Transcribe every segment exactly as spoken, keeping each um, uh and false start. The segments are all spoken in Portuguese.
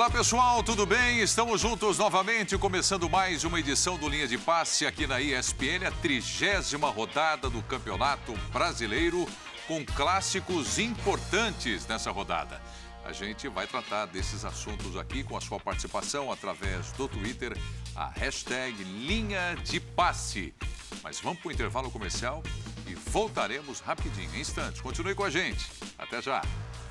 Olá pessoal, tudo bem? Estamos juntos novamente, começando mais uma edição do Linha de Passe aqui na E S P N, a trigésima rodada do Campeonato Brasileiro, com clássicos importantes nessa rodada. A gente vai tratar desses assuntos aqui com a sua participação através do Twitter, a hashtag Linha de Passe. Mas vamos para o intervalo comercial e voltaremos rapidinho, em instantes. Continue com a gente. Até já.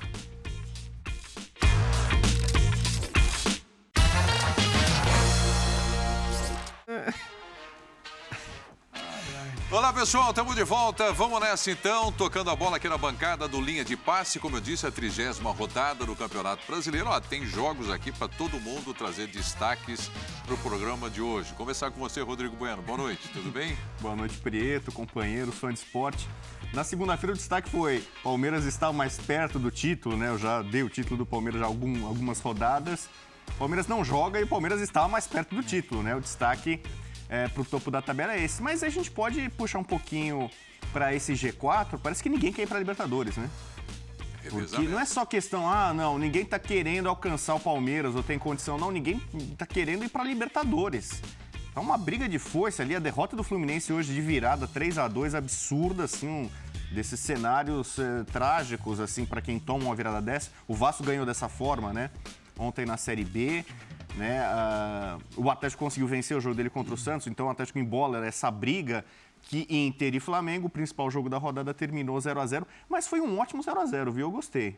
Olá pessoal, estamos de volta, vamos nessa então, tocando a bola aqui na bancada do Linha de Passe, como eu disse, a trigésima rodada do Campeonato Brasileiro. Ó, tem jogos aqui para todo mundo trazer destaques para o programa de hoje. Começar com você, Rodrigo Bueno, boa noite, tudo bem? Boa noite, Prieto, companheiro, fã de esporte. Na segunda-feira o destaque foi, Palmeiras está mais perto do título, né? Eu já dei o título do Palmeiras já algum, algumas rodadas. O Palmeiras não joga e o Palmeiras está mais perto do título, né? O destaque é, para o topo da tabela é esse. Mas a gente pode puxar um pouquinho para esse G quatro. Parece que ninguém quer ir para a Libertadores, né? Porque não é só questão, ah, não, ninguém está querendo alcançar o Palmeiras ou tem condição. Não, ninguém está querendo ir para a Libertadores. É uma briga de força ali. A derrota do Fluminense hoje de virada, três a dois, absurda, assim, um desses cenários eh, trágicos, assim, para quem toma uma virada dessa. O Vasco ganhou dessa forma, né? Ontem na Série B, né? Uh, o Atlético conseguiu vencer o jogo dele contra o Santos, então o Atlético embola essa briga que Inter e Flamengo, o principal jogo da rodada, terminou zero a zero, mas foi um ótimo zero a zero, viu? Eu gostei.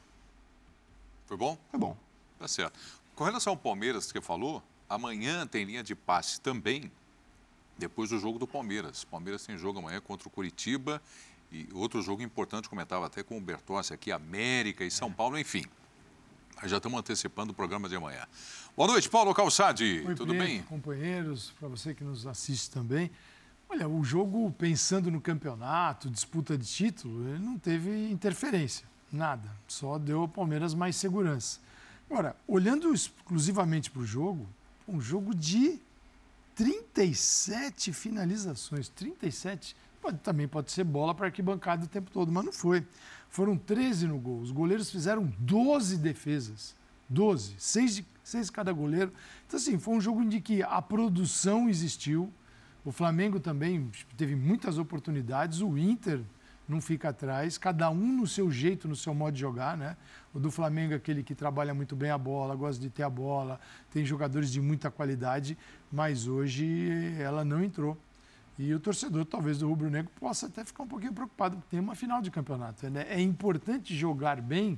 Foi bom? Foi bom. Tá certo. Com relação ao Palmeiras que você falou, amanhã tem linha de passe também, depois do jogo do Palmeiras. O Palmeiras tem jogo amanhã contra o Curitiba e outro jogo importante, comentava até com o Bertossi aqui, América e São Paulo, enfim. Nós já estamos antecipando o programa de amanhã. Boa noite, Paulo Calçade. Oi, tudo Prieto, bem? Companheiros, para você que nos assiste também. Olha, o jogo, pensando no campeonato, disputa de título, ele não teve interferência, nada. Só deu ao Palmeiras mais segurança. Agora, olhando exclusivamente para o jogo, um jogo de trinta e sete finalizações. trinta e sete pode, também pode ser bola para arquibancada o tempo todo, mas não foi. Foram treze no gol. Os goleiros fizeram doze defesas. doze. seis de, seis de cada goleiro. Então, assim, foi um jogo em que a produção existiu. O Flamengo também teve muitas oportunidades. O Inter não fica atrás. Cada um no seu jeito, no seu modo de jogar, né? O do Flamengo é aquele que trabalha muito bem a bola, gosta de ter a bola, tem jogadores de muita qualidade, mas hoje ela não entrou. E o torcedor, talvez, do Rubro Negro possa até ficar um pouquinho preocupado, porque tem uma final de campeonato. Né? É importante jogar bem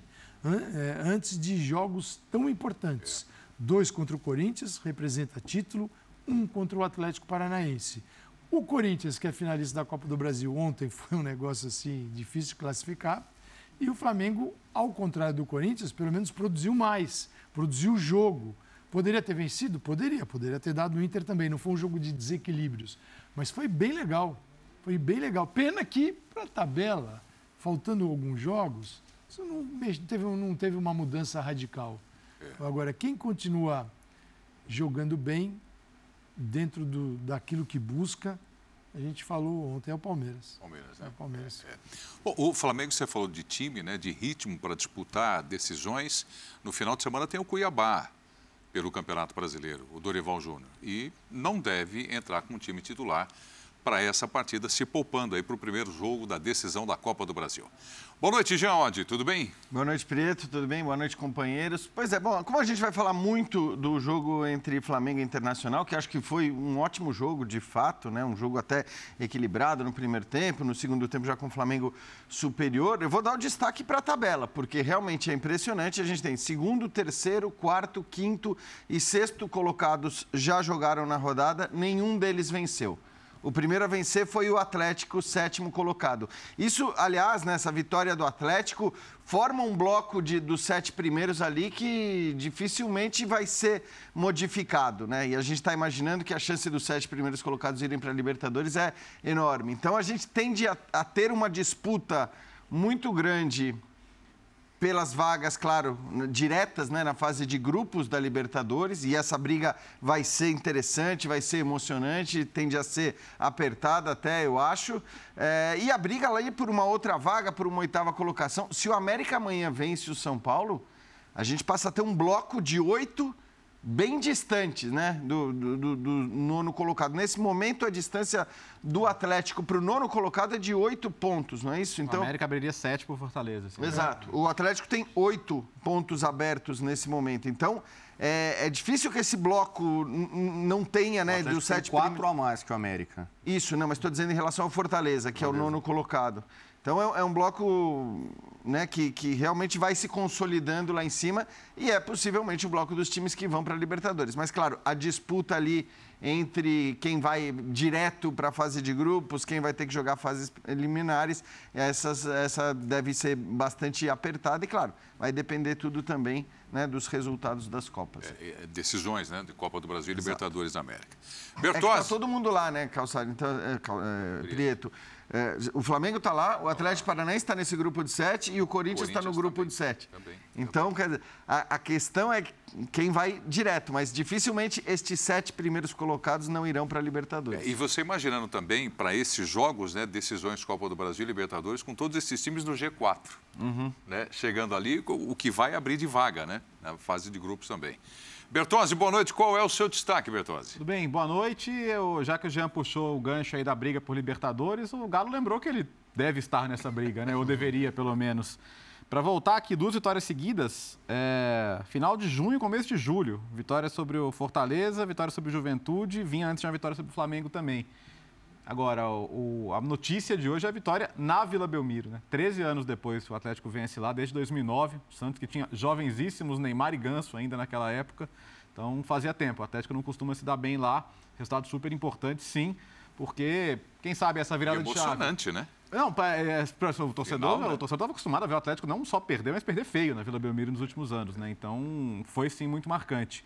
antes de jogos tão importantes. Dois contra o Corinthians, representa título, um contra o Atlético Paranaense. O Corinthians, que é finalista da Copa do Brasil, ontem foi um negócio assim difícil de classificar. E o Flamengo, ao contrário do Corinthians, pelo menos produziu mais, produziu o jogo. Poderia ter vencido? Poderia. Poderia ter dado o Inter também. Não foi um jogo de desequilíbrios. Mas foi bem legal. Foi bem legal. Pena que, para a tabela, faltando alguns jogos, isso não teve, não teve uma mudança radical. É. Agora, quem continua jogando bem, dentro do, daquilo que busca, a gente falou ontem, é o Palmeiras. Palmeiras, né? É o Palmeiras. É, é. Bom, o Flamengo, você falou de time, né, de ritmo para disputar decisões. No final de semana tem o Cuiabá pelo Campeonato Brasileiro, o Dorival Júnior. E não deve entrar com um time titular para essa partida, se poupando aí para o primeiro jogo da decisão da Copa do Brasil. Boa noite, Jean Oddi, tudo bem? Boa noite, Prieto, tudo bem? Boa noite, companheiros. Pois é, bom, como a gente vai falar muito do jogo entre Flamengo e Internacional, que acho que foi um ótimo jogo, de fato, né? Um jogo até equilibrado no primeiro tempo, no segundo tempo já com o Flamengo superior. Eu vou dar o destaque para a tabela, porque realmente é impressionante. A gente tem segundo, terceiro, quarto, quinto e sexto colocados já jogaram na rodada, nenhum deles venceu. O primeiro a vencer foi o Atlético, sétimo colocado. Isso, aliás, nessa vitória do Atlético, forma um bloco de, dos sete primeiros ali que dificilmente vai ser modificado, né? E a gente está imaginando que a chance dos sete primeiros colocados irem para a Libertadores é enorme. Então, a gente tende a, a ter uma disputa muito grande pelas vagas, claro, diretas, né, na fase de grupos da Libertadores, e essa briga vai ser interessante, vai ser emocionante, tende a ser apertada até, eu acho. É, e a briga lá ir por uma outra vaga, por uma oitava colocação. Se o América amanhã vence o São Paulo, a gente passa a ter um bloco de oito bem distantes, né, do, do, do, do nono colocado. Nesse momento, a distância do Atlético para o nono colocado é de oito pontos, não é isso? Então, o América abriria sete por Fortaleza. Assim. Exato. O Atlético tem oito pontos abertos nesse momento. Então, é, é difícil que esse bloco não tenha, né, dos sete... quatro prim... a mais que o América. Isso, não, mas estou dizendo em relação ao Fortaleza, que Fortaleza. é o nono colocado. Então, é, é um bloco, né, que, que realmente vai se consolidando lá em cima e é possivelmente o bloco dos times que vão para a Libertadores. Mas, claro, a disputa ali entre quem vai direto para a fase de grupos, quem vai ter que jogar fases eliminares, essas, essa deve ser bastante apertada e, claro, vai depender tudo também, né, dos resultados das Copas. É, é, decisões, né, de Copa do Brasil e Libertadores da América. Bertozzi. É que tá todo mundo lá, né, Calçado? Então, é, é, Prieto. É, o Flamengo está lá, o Atlético Paranaense está nesse grupo de sete e o Corinthians está no grupo também, de sete. Também, então, quer dizer, a, a questão é quem vai direto, mas dificilmente estes sete primeiros colocados não irão para a Libertadores. É, e você imaginando também para esses jogos, né, decisões Copa do Brasil e Libertadores, com todos esses times no G quatro, uhum. né, chegando ali, o que vai abrir de vaga, né, na fase de grupos também. Bertozzi, boa noite. Qual é o seu destaque, Bertozzi? Tudo bem, boa noite. Eu, já que o Jean puxou o gancho aí da briga por Libertadores, o Galo lembrou que ele deve estar nessa briga, né? Ou deveria, pelo menos. Para voltar aqui, duas vitórias seguidas, é... final de junho e começo de julho. Vitória sobre o Fortaleza, vitória sobre o Juventude, vinha antes de uma vitória sobre o Flamengo também. Agora, o, a notícia de hoje é a vitória na Vila Belmiro, né? treze anos depois, o Atlético vence lá, desde dois mil e nove. O Santos, que tinha jovenzíssimos Neymar e Ganso ainda naquela época. Então, fazia tempo. O Atlético não costuma se dar bem lá. Resultado super importante, sim, porque, quem sabe, essa virada de chave... Emocionante, né? Não, é, é, o torcedor Final, né? o torcedor estava acostumado a ver o Atlético não só perder, mas perder feio na Vila Belmiro nos últimos anos, né? Então, foi, sim, muito marcante.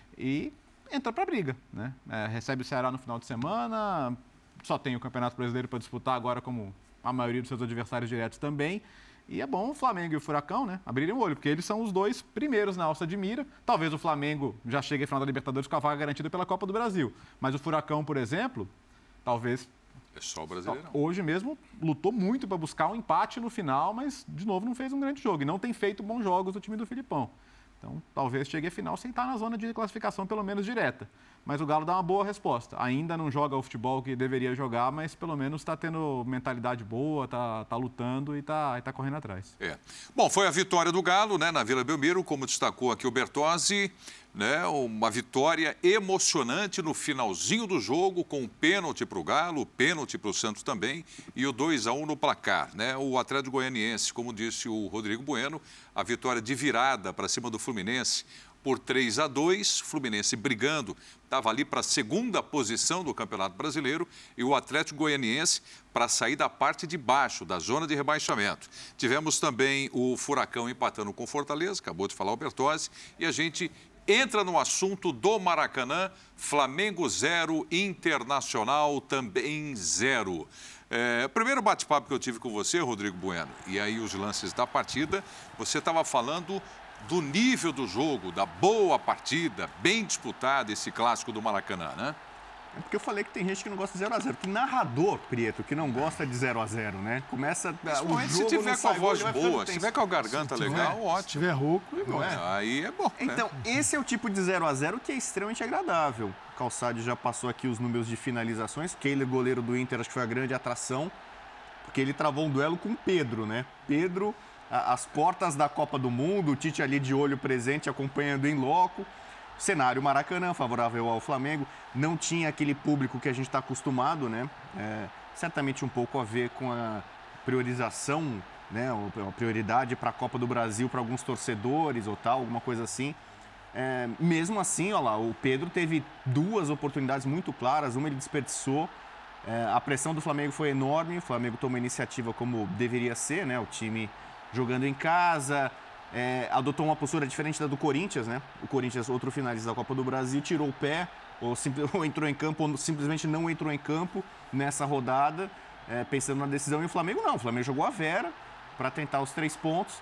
E entra para a briga, né? É, recebe o Ceará no final de semana... Só tem o Campeonato Brasileiro para disputar agora, como a maioria dos seus adversários diretos também. E é bom o Flamengo e o Furacão, né, abrirem o olho, porque eles são os dois primeiros na alça de mira. Talvez o Flamengo já chegue à final da Libertadores com a vaga garantida pela Copa do Brasil. Mas o Furacão, por exemplo, talvez... É só o brasileiro. Hoje mesmo lutou muito para buscar um empate no final, mas, de novo, não fez um grande jogo. E não tem feito bons jogos o time do Filipão. Então, talvez chegue à final sem estar na zona de classificação, pelo menos direta. Mas o Galo dá uma boa resposta. Ainda não joga o futebol que deveria jogar, mas pelo menos está tendo mentalidade boa, está tá lutando e está tá correndo atrás. É. Bom, foi a vitória do Galo, né, na Vila Belmiro, como destacou aqui o Bertozzi, né, uma vitória emocionante no finalzinho do jogo, com um pênalti para o Galo, pênalti para o Santos também, e o dois a um no placar, né? O Atlético Goianiense, como disse o Rodrigo Bueno, a vitória de virada para cima do Fluminense, por três a dois, Fluminense brigando, estava ali para a segunda posição do Campeonato Brasileiro e o Atlético Goianiense para sair da parte de baixo, da zona de rebaixamento. Tivemos também o Furacão empatando com Fortaleza, acabou de falar o Bertozzi, e a gente entra no assunto do Maracanã, Flamengo zero, Internacional também zero. É, primeiro bate-papo que eu tive com você, Rodrigo Bueno, e aí os lances da partida, você estava falando do nível do jogo, da boa partida, bem disputada, esse clássico do Maracanã, né? É porque eu falei que tem gente que não gosta de zero a zero. Que narrador, Prieto, que não gosta de zero a zero, né? Começa o jogo, se tiver com a voz gol, boa, se tiver com a garganta se legal, tiver, ótimo. Se tiver rouco, é bom. É, aí é bom. Então, né? esse é o tipo de zero a zero que é extremamente agradável. O Calçade já passou aqui os números de finalizações. Kehler, goleiro do Inter, acho que foi a grande atração, porque ele travou um duelo com o Pedro, né? Pedro, as portas da Copa do Mundo, o Tite ali de olho presente, acompanhando em loco. Cenário Maracanã, favorável ao Flamengo. Não tinha aquele público que a gente está acostumado, né? É, certamente um pouco a ver com a priorização, né? A prioridade para a Copa do Brasil para alguns torcedores ou tal, alguma coisa assim. É, mesmo assim, olha lá, o Pedro teve duas oportunidades muito claras, uma ele desperdiçou. É, a pressão do Flamengo foi enorme, o Flamengo tomou iniciativa como deveria ser, né? O time jogando em casa, é, adotou uma postura diferente da do Corinthians, né? O Corinthians, outro finalista da Copa do Brasil, tirou o pé, ou, ou entrou em campo, ou simplesmente não entrou em campo nessa rodada, é, pensando na decisão. E o Flamengo não, o Flamengo jogou a Vera para tentar os três pontos.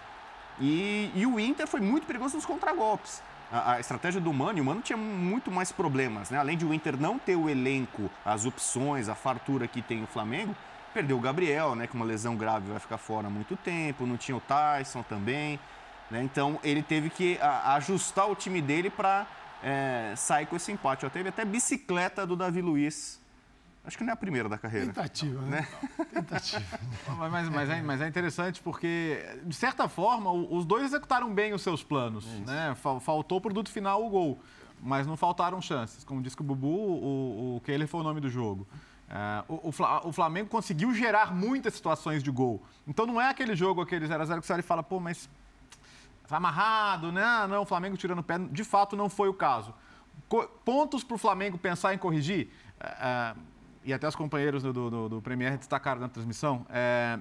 E, e o Inter foi muito perigoso nos contragolpes. A, a estratégia do Mano, e o Mano tinha muito mais problemas, né? Além de o Inter não ter o elenco, as opções, a fartura que tem o Flamengo, perdeu o Gabriel, né? Com uma lesão grave, vai ficar fora há muito tempo. Não tinha o Tyson também. né? Então, ele teve que a, ajustar o time dele para é, sair com esse empate. Já teve até bicicleta do Davi Luiz. Acho que não é a primeira da carreira. Tentativa, né? Tentativa. Mas, mas, é, mas é interessante porque, de certa forma, os dois executaram bem os seus planos. Né? Faltou o produto final, o gol. Mas não faltaram chances. Como disse que o Bubu, o, o Kehler foi o nome do jogo. É, o, o Flamengo conseguiu gerar muitas situações de gol. Então não é aquele jogo, aquele zero a zero que você olha e fala, pô, mas tá amarrado, né? Ah, não, o Flamengo tirando o pé. De fato, não foi o caso. Co pontos para o Flamengo pensar em corrigir. É, e até os companheiros do, do, do Premier destacaram na transmissão, é,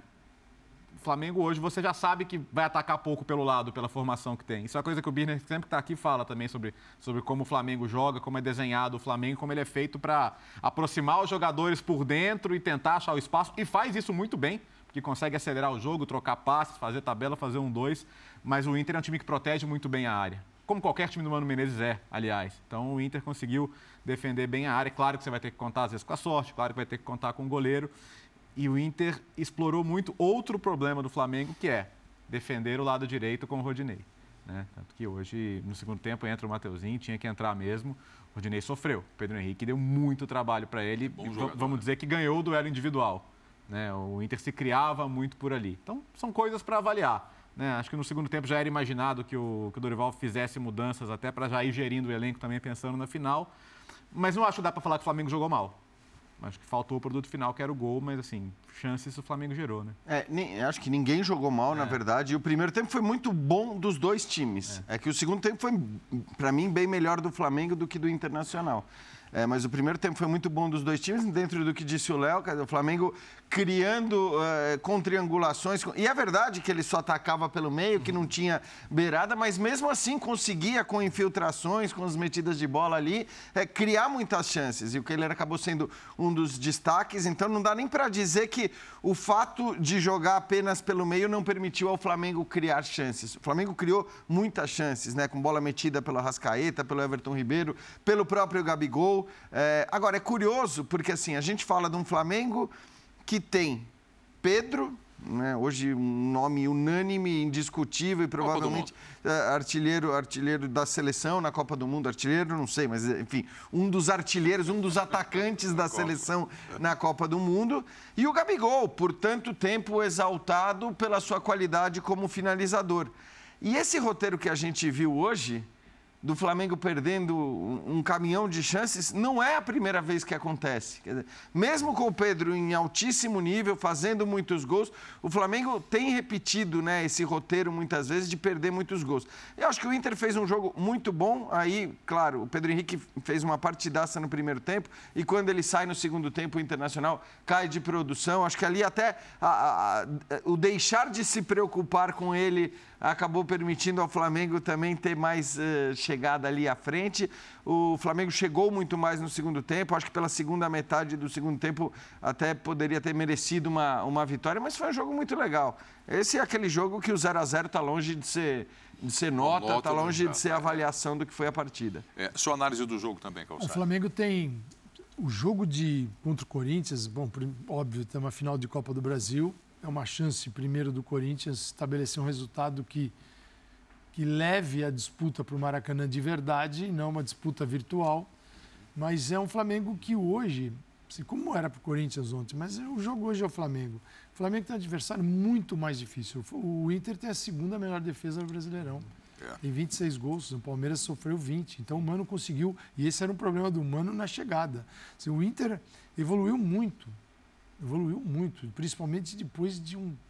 o Flamengo hoje você já sabe que vai atacar pouco pelo lado, pela formação que tem. Isso é uma coisa que o Birner sempre que está aqui fala também sobre, sobre como o Flamengo joga, como é desenhado o Flamengo, como ele é feito para aproximar os jogadores por dentro e tentar achar o espaço. E faz isso muito bem, porque consegue acelerar o jogo, trocar passes, fazer tabela, fazer um dois. Mas o Inter é um time que protege muito bem a área. Como qualquer time do Mano Menezes é, aliás. Então o Inter conseguiu defender bem a área. Claro que você vai ter que contar às vezes com a sorte, claro que vai ter que contar com o goleiro. E o Inter explorou muito outro problema do Flamengo, que é defender o lado direito com o Rodinei. Né? Tanto que hoje, no segundo tempo, entra o Mateuzinho, tinha que entrar mesmo. O Rodinei sofreu. O Pedro Henrique deu muito trabalho para ele. E, jogador, vamos né? dizer que ganhou o duelo individual. Né? O Inter se criava muito por ali. Então, são coisas para avaliar. Né? Acho que no segundo tempo já era imaginado que o, que o Dorival fizesse mudanças até para já ir gerindo o elenco também, pensando na final. Mas não acho que dá para falar que o Flamengo jogou mal. Acho que faltou o produto final, que era o gol, mas, assim, chances o Flamengo gerou, né? É, nem, acho que ninguém jogou mal, é. na verdade. E o primeiro tempo foi muito bom dos dois times. É, é que o segundo tempo foi, para mim, bem melhor do Flamengo do que do Internacional. É, mas o primeiro tempo foi muito bom dos dois times, dentro do que disse o Léo, o Flamengo criando uh, contriangulações. E é verdade que ele só atacava pelo meio, que não tinha beirada, mas mesmo assim conseguia, com infiltrações, com as metidas de bola ali, é, criar muitas chances. E o Kehler acabou sendo um dos destaques, então não dá nem para dizer que o fato de jogar apenas pelo meio não permitiu ao Flamengo criar chances. O Flamengo criou muitas chances, né? Com bola metida pelo Arrascaeta, pelo Everton Ribeiro, pelo próprio Gabigol. É, agora, é curioso, porque assim, a gente fala de um Flamengo que tem Pedro, né, hoje um nome unânime, indiscutível e provavelmente é, artilheiro, artilheiro da seleção na Copa do Mundo, artilheiro, não sei, mas enfim, um dos artilheiros, um dos atacantes da seleção na Copa do Mundo, e o Gabigol, por tanto tempo exaltado pela sua qualidade como finalizador. E esse roteiro que a gente viu hoje, do Flamengo perdendo um caminhão de chances, não é a primeira vez que acontece. Quer dizer, mesmo com o Pedro em altíssimo nível, fazendo muitos gols, o Flamengo tem repetido, né, esse roteiro muitas vezes de perder muitos gols. Eu acho que o Inter fez um jogo muito bom, aí, claro, o Pedro Henrique fez uma partidaça no primeiro tempo e quando ele sai no segundo tempo, o Internacional cai de produção. Acho que ali até a, a, a, o deixar de se preocupar com ele acabou permitindo ao Flamengo também ter mais uh, chegada ali à frente. O Flamengo chegou muito mais no segundo tempo. Acho que pela segunda metade do segundo tempo até poderia ter merecido uma, uma vitória, mas foi um jogo muito legal. Esse é aquele jogo que o zero a zero está longe de ser, de ser nota, está longe de ser avaliação do que foi a partida. É, sua análise do jogo também, Calçado. O Flamengo tem o jogo de contra o Corinthians, bom, óbvio, tem uma final de Copa do Brasil. É uma chance, primeiro, do Corinthians estabelecer um resultado que, que leve a disputa para o Maracanã de verdade, não uma disputa virtual. Mas é um Flamengo que hoje, assim, como era para o Corinthians ontem, mas o jogo hoje é o Flamengo. O Flamengo tem um adversário muito mais difícil. O Inter tem a segunda melhor defesa do Brasileirão. É. Tem vinte e seis gols, o Palmeiras sofreu vinte. Então o Mano conseguiu, e esse era um problema do Mano na chegada. Assim, o Inter evoluiu muito. Evoluiu muito, principalmente depois de, um,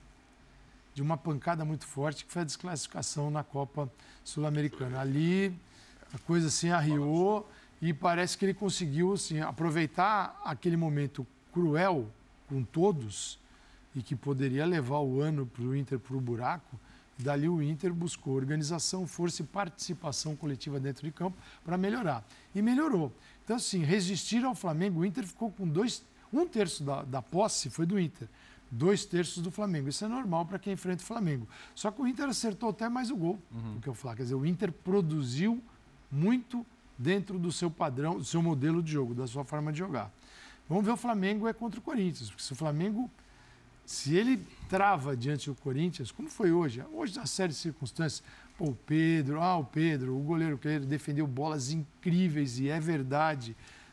de uma pancada muito forte, que foi a desclassificação na Copa Sul-Americana. Ali, a coisa assim arriou e parece que ele conseguiu assim, aproveitar aquele momento cruel com todos e que poderia levar o ano para o Inter para o buraco. Dali o Inter buscou organização, força e participação coletiva dentro de campo para melhorar. E melhorou. Então, assim, resistir ao Flamengo, o Inter ficou com dois... Um terço da, da posse foi do Inter, dois terços do Flamengo. Isso é normal para quem enfrenta o Flamengo. Só que o Inter acertou até mais o gol uhum. do que o Flamengo. Quer dizer, o Inter produziu muito dentro do seu padrão, do seu modelo de jogo, da sua forma de jogar. Vamos ver o Flamengo é contra o Corinthians, porque se o Flamengo, se ele trava diante do Corinthians, como foi hoje, hoje na série de circunstâncias, Pô, o Pedro, ah, o Pedro, o goleiro Pedro defendeu bolas incríveis e é verdade,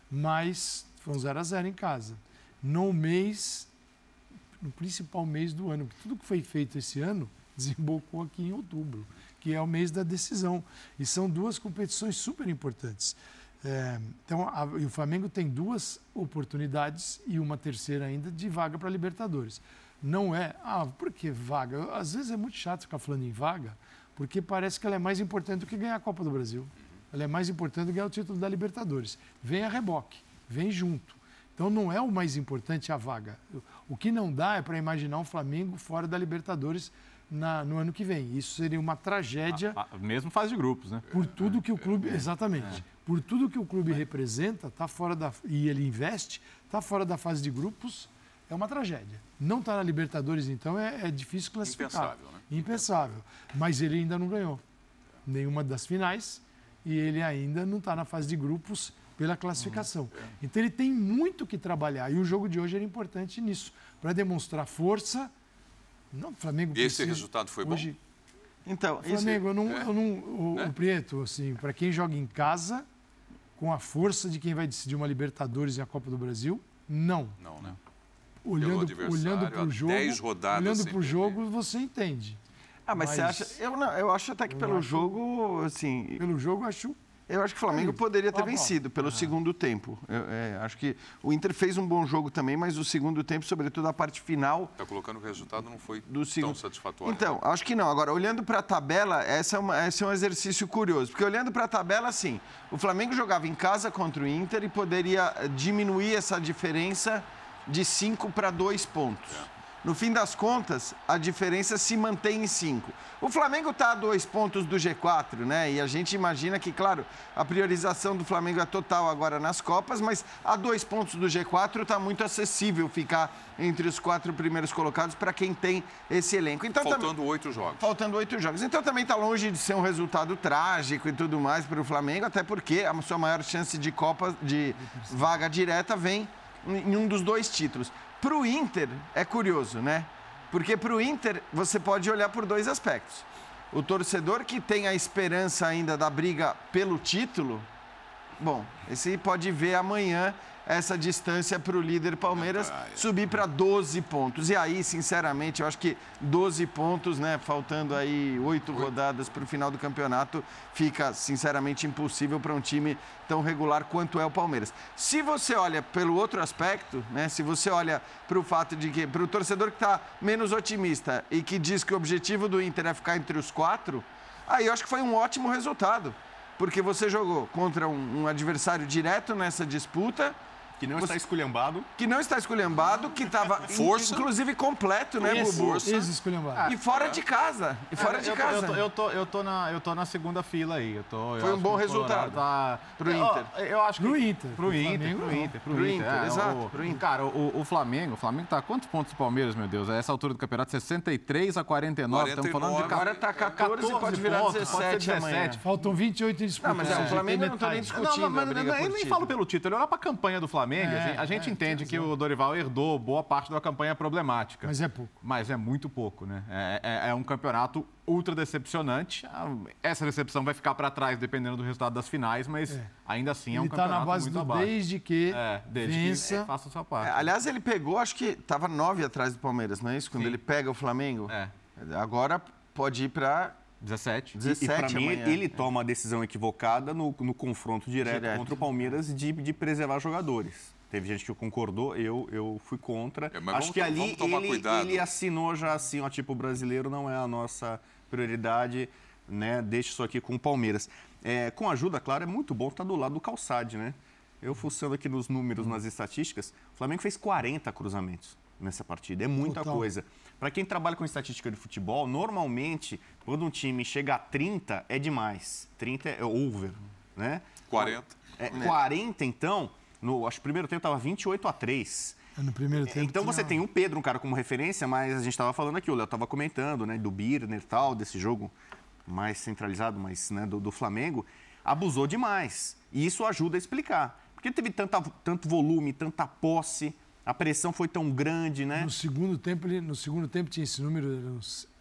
mas foi um zero a zero em casa. No mês, no principal mês do ano, tudo que foi feito esse ano desembocou aqui em outubro, que é o mês da decisão. E são duas competições super importantes. É, então, a, e o Flamengo tem duas oportunidades e uma terceira ainda de vaga para Libertadores. Não é, ah, por que vaga? Às vezes é muito chato ficar falando em vaga, porque parece que ela é mais importante do que ganhar a Copa do Brasil. Ela é mais importante do que ganhar o título da Libertadores. Vem a reboque, vem junto. Então, não é o mais importante a vaga. O que não dá é para imaginar um Flamengo fora da Libertadores na, no ano que vem. Isso seria uma tragédia. A, a, mesmo fase de grupos, né? Por tudo que o clube... Exatamente. Por tudo que o clube representa, tá fora da, e ele investe, está fora da fase de grupos, é uma tragédia. Não está na Libertadores, então, é, é difícil classificar. Impensável, né? Impensável. Mas ele ainda não ganhou nenhuma das finais e ele ainda não está na fase de grupos pela classificação. Então, ele tem muito que trabalhar. E o jogo de hoje era importante nisso, para demonstrar força. Não, o Flamengo E esse precisa, resultado foi hoje, bom? Então, o Flamengo, eu não, é. eu não, o, É. o Prieto, assim, para quem joga em casa, com a força de quem vai decidir uma Libertadores e a Copa do Brasil, não. Não, né? Olhando, adversário, olhando para há o jogo, dez rodadas olhando sem para o perder. jogo, você entende. Ah, mas, Mas você acha... Eu, não, eu acho até que eu pelo acho- jogo, assim... Pelo jogo, acho. Eu acho que o Flamengo poderia ter Ó, ó. vencido pelo segundo tempo. Eu, é, acho que o Inter fez um bom jogo também, mas o segundo tempo, sobretudo a parte final Está colocando que o resultado não foi do tão segundo. satisfatório. Então, acho que não. Agora, olhando para a tabela, essa é uma, esse é um exercício curioso. Porque olhando para a tabela, assim, o Flamengo jogava em casa contra o Inter e poderia diminuir essa diferença de cinco para dois pontos. No fim das contas, a diferença se mantém em cinco. O Flamengo está a dois pontos do G quatro, né? E a gente imagina que, claro, a priorização do Flamengo é total agora nas Copas, mas a dois pontos do G quatro está muito acessível ficar entre os quatro primeiros colocados para quem tem esse elenco. Então, também- Faltando oito jogos. Faltando oito jogos. Então também está longe de ser um resultado trágico e tudo mais para o Flamengo, até porque a sua maior chance de Copa, de vaga direta, vem em um dos dois títulos. Para o Inter, é curioso, né? Porque para o Inter, você pode olhar por dois aspectos. O torcedor que tem a esperança ainda da briga pelo título, bom, esse pode ver amanhã essa distância para o líder Palmeiras subir para doze pontos. E aí, sinceramente, eu acho que doze pontos, né? Faltando aí oito rodadas para o final do campeonato, fica, sinceramente, impossível para um time tão regular quanto é o Palmeiras. Se você olha pelo outro aspecto, né? Se você olha para o fato de que, para o torcedor que está menos otimista e que diz que o objetivo do Inter é ficar entre os quatro, aí eu acho que foi um ótimo resultado. Porque você jogou contra um, um adversário direto nessa disputa, Que não Você- está esculhambado. que não está esculhambado, que estava Força. inclusive completo, né, Bubu? Força. Ex-esculhambado. E fora de casa. E fora de eu, casa. Eu tô, eu, tô, eu, tô na, eu tô na segunda fila aí. Eu tô, eu Foi um acho bom que o Colorado resultado Tá... pro Eu- Inter. Eu, acho que... Pro Inter. Pro Pro Inter, Flamengo, pro não. Inter, pro, Pro Inter. Inter, é, exato, o- pro Inter. Cara, o, o Flamengo, o Flamengo tá a quantos pontos do Palmeiras, meu Deus? A essa altura do campeonato, sessenta e três a quarenta e nove. Estamos falando de quarenta e nove. Agora tá catorze, pode virar pontos, pode ser dezessete amanhã. dezessete. Faltam vinte e oito em disputa. Não, mas é, o Tem Flamengo eu não tô nem metade. discutindo. Não, mas a briga nem, por nem título. falo pelo título, olhar pra campanha do Flamengo. É, a gente, a gente é, entende tem que razão. o Dorival herdou boa parte da campanha problemática. Mas é pouco. Mas é muito pouco, né? É, é- é um campeonato ultra decepcionante. Ah, Essa decepção vai ficar para trás dependendo do resultado das finais, mas É. ainda assim é um Ele está campeonato na base muito do abaixo. desde que É, desde vença. que faça a sua É, parte. aliás, ele pegou, acho que estava nove atrás do Palmeiras, não é isso? Quando Sim. ele pega o Flamengo. É, Agora pode ir para dezessete. E, dezessete para mim, amanhã. ele toma a decisão equivocada no, no confronto direto, Direto. contra o Palmeiras de, de preservar jogadores. Teve gente que concordou, eu, eu fui contra. É, mas Acho vamos que to- ali vamos tomar ele, cuidado. ele assinou já assim, ó, tipo, o brasileiro não é a nossa prioridade, né? Deixa isso aqui com o Palmeiras. É, com ajuda, claro, é muito bom estar do lado do Calçade, né? Eu fuçando aqui nos números, nas estatísticas, o Flamengo fez quarenta cruzamentos nessa partida. É muita Total. coisa. Para quem trabalha com estatística de futebol, normalmente, quando um time chega a trinta, é demais. trinta é over, né? quarenta. É, quarenta, então, no, acho que o primeiro tempo estava vinte e oito a três. No primeiro tempo. Então você tem o Pedro, um cara como referência, mas a gente estava falando aqui, o Léo estava comentando, né, do Birner e tal, desse jogo mais centralizado, mas né, do, do Flamengo, abusou demais. E isso ajuda a explicar. Porque teve tanta, tanto volume, tanta posse, a pressão foi tão grande, né? No segundo tempo, ele, no segundo tempo tinha esse número, eram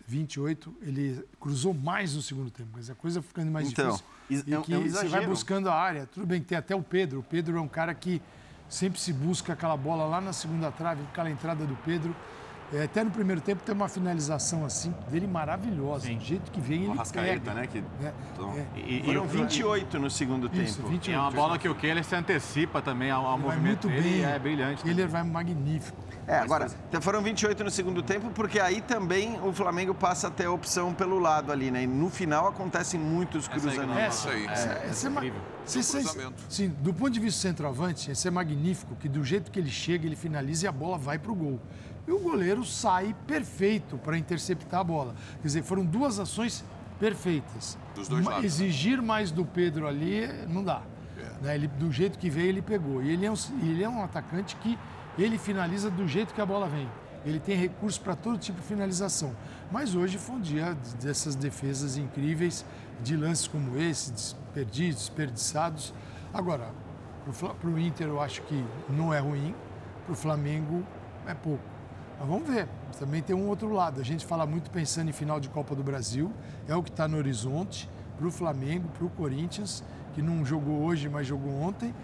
vinte e oito, ele cruzou mais no segundo tempo. Mas a coisa ficando mais Então, difícil. é um- E que é um você vai exagero. buscando a área. Tudo bem que tem até o Pedro. O Pedro é um cara que sempre se busca aquela bola lá na segunda trave, aquela entrada do Pedro. É, até no primeiro tempo tem uma finalização assim dele maravilhosa. Sim. Do jeito que vem, ele Arrascaeta, pega. né? Que... É, Então, é. E, e, Foram o- vinte e oito no segundo Isso, tempo. vinte e oito. é uma bola que o Keller se antecipa também ao, ao Ele vai movimento muito dele. bem. É brilhante. Ele também. vai magnífico. É, agora, então foram vinte e oito no segundo tempo, porque aí também o Flamengo passa a ter a opção pelo lado ali, né? E no final acontecem muitos Essa aí que eu não- cruzamentos. Isso aí. Essa, essa é ma- incrível. se- se- cruzamento. sim, do ponto de vista do centroavante, esse é magnífico, que do jeito que ele chega, ele finaliza e a bola vai para o gol. E o goleiro sai perfeito para interceptar a bola. Quer dizer, foram duas ações perfeitas. Dos dois Ma- lados, né? Exigir mais do Pedro ali não dá. É. Né? Ele, do jeito que veio, ele pegou. E ele é, um, ele é um atacante que ele finaliza do jeito que a bola vem. Ele tem recurso para todo tipo de finalização. Mas hoje foi um dia dessas defesas incríveis, de lances como esse, desperdidos, desperdiçados. Agora, para o Inter eu acho que não é ruim, para o Flamengo é pouco. Mas vamos ver. Também tem um outro lado. A gente fala muito pensando em final de Copa do Brasil, é o que está no horizonte, para o Flamengo, para o Corinthians, que não jogou hoje, mas jogou ontem.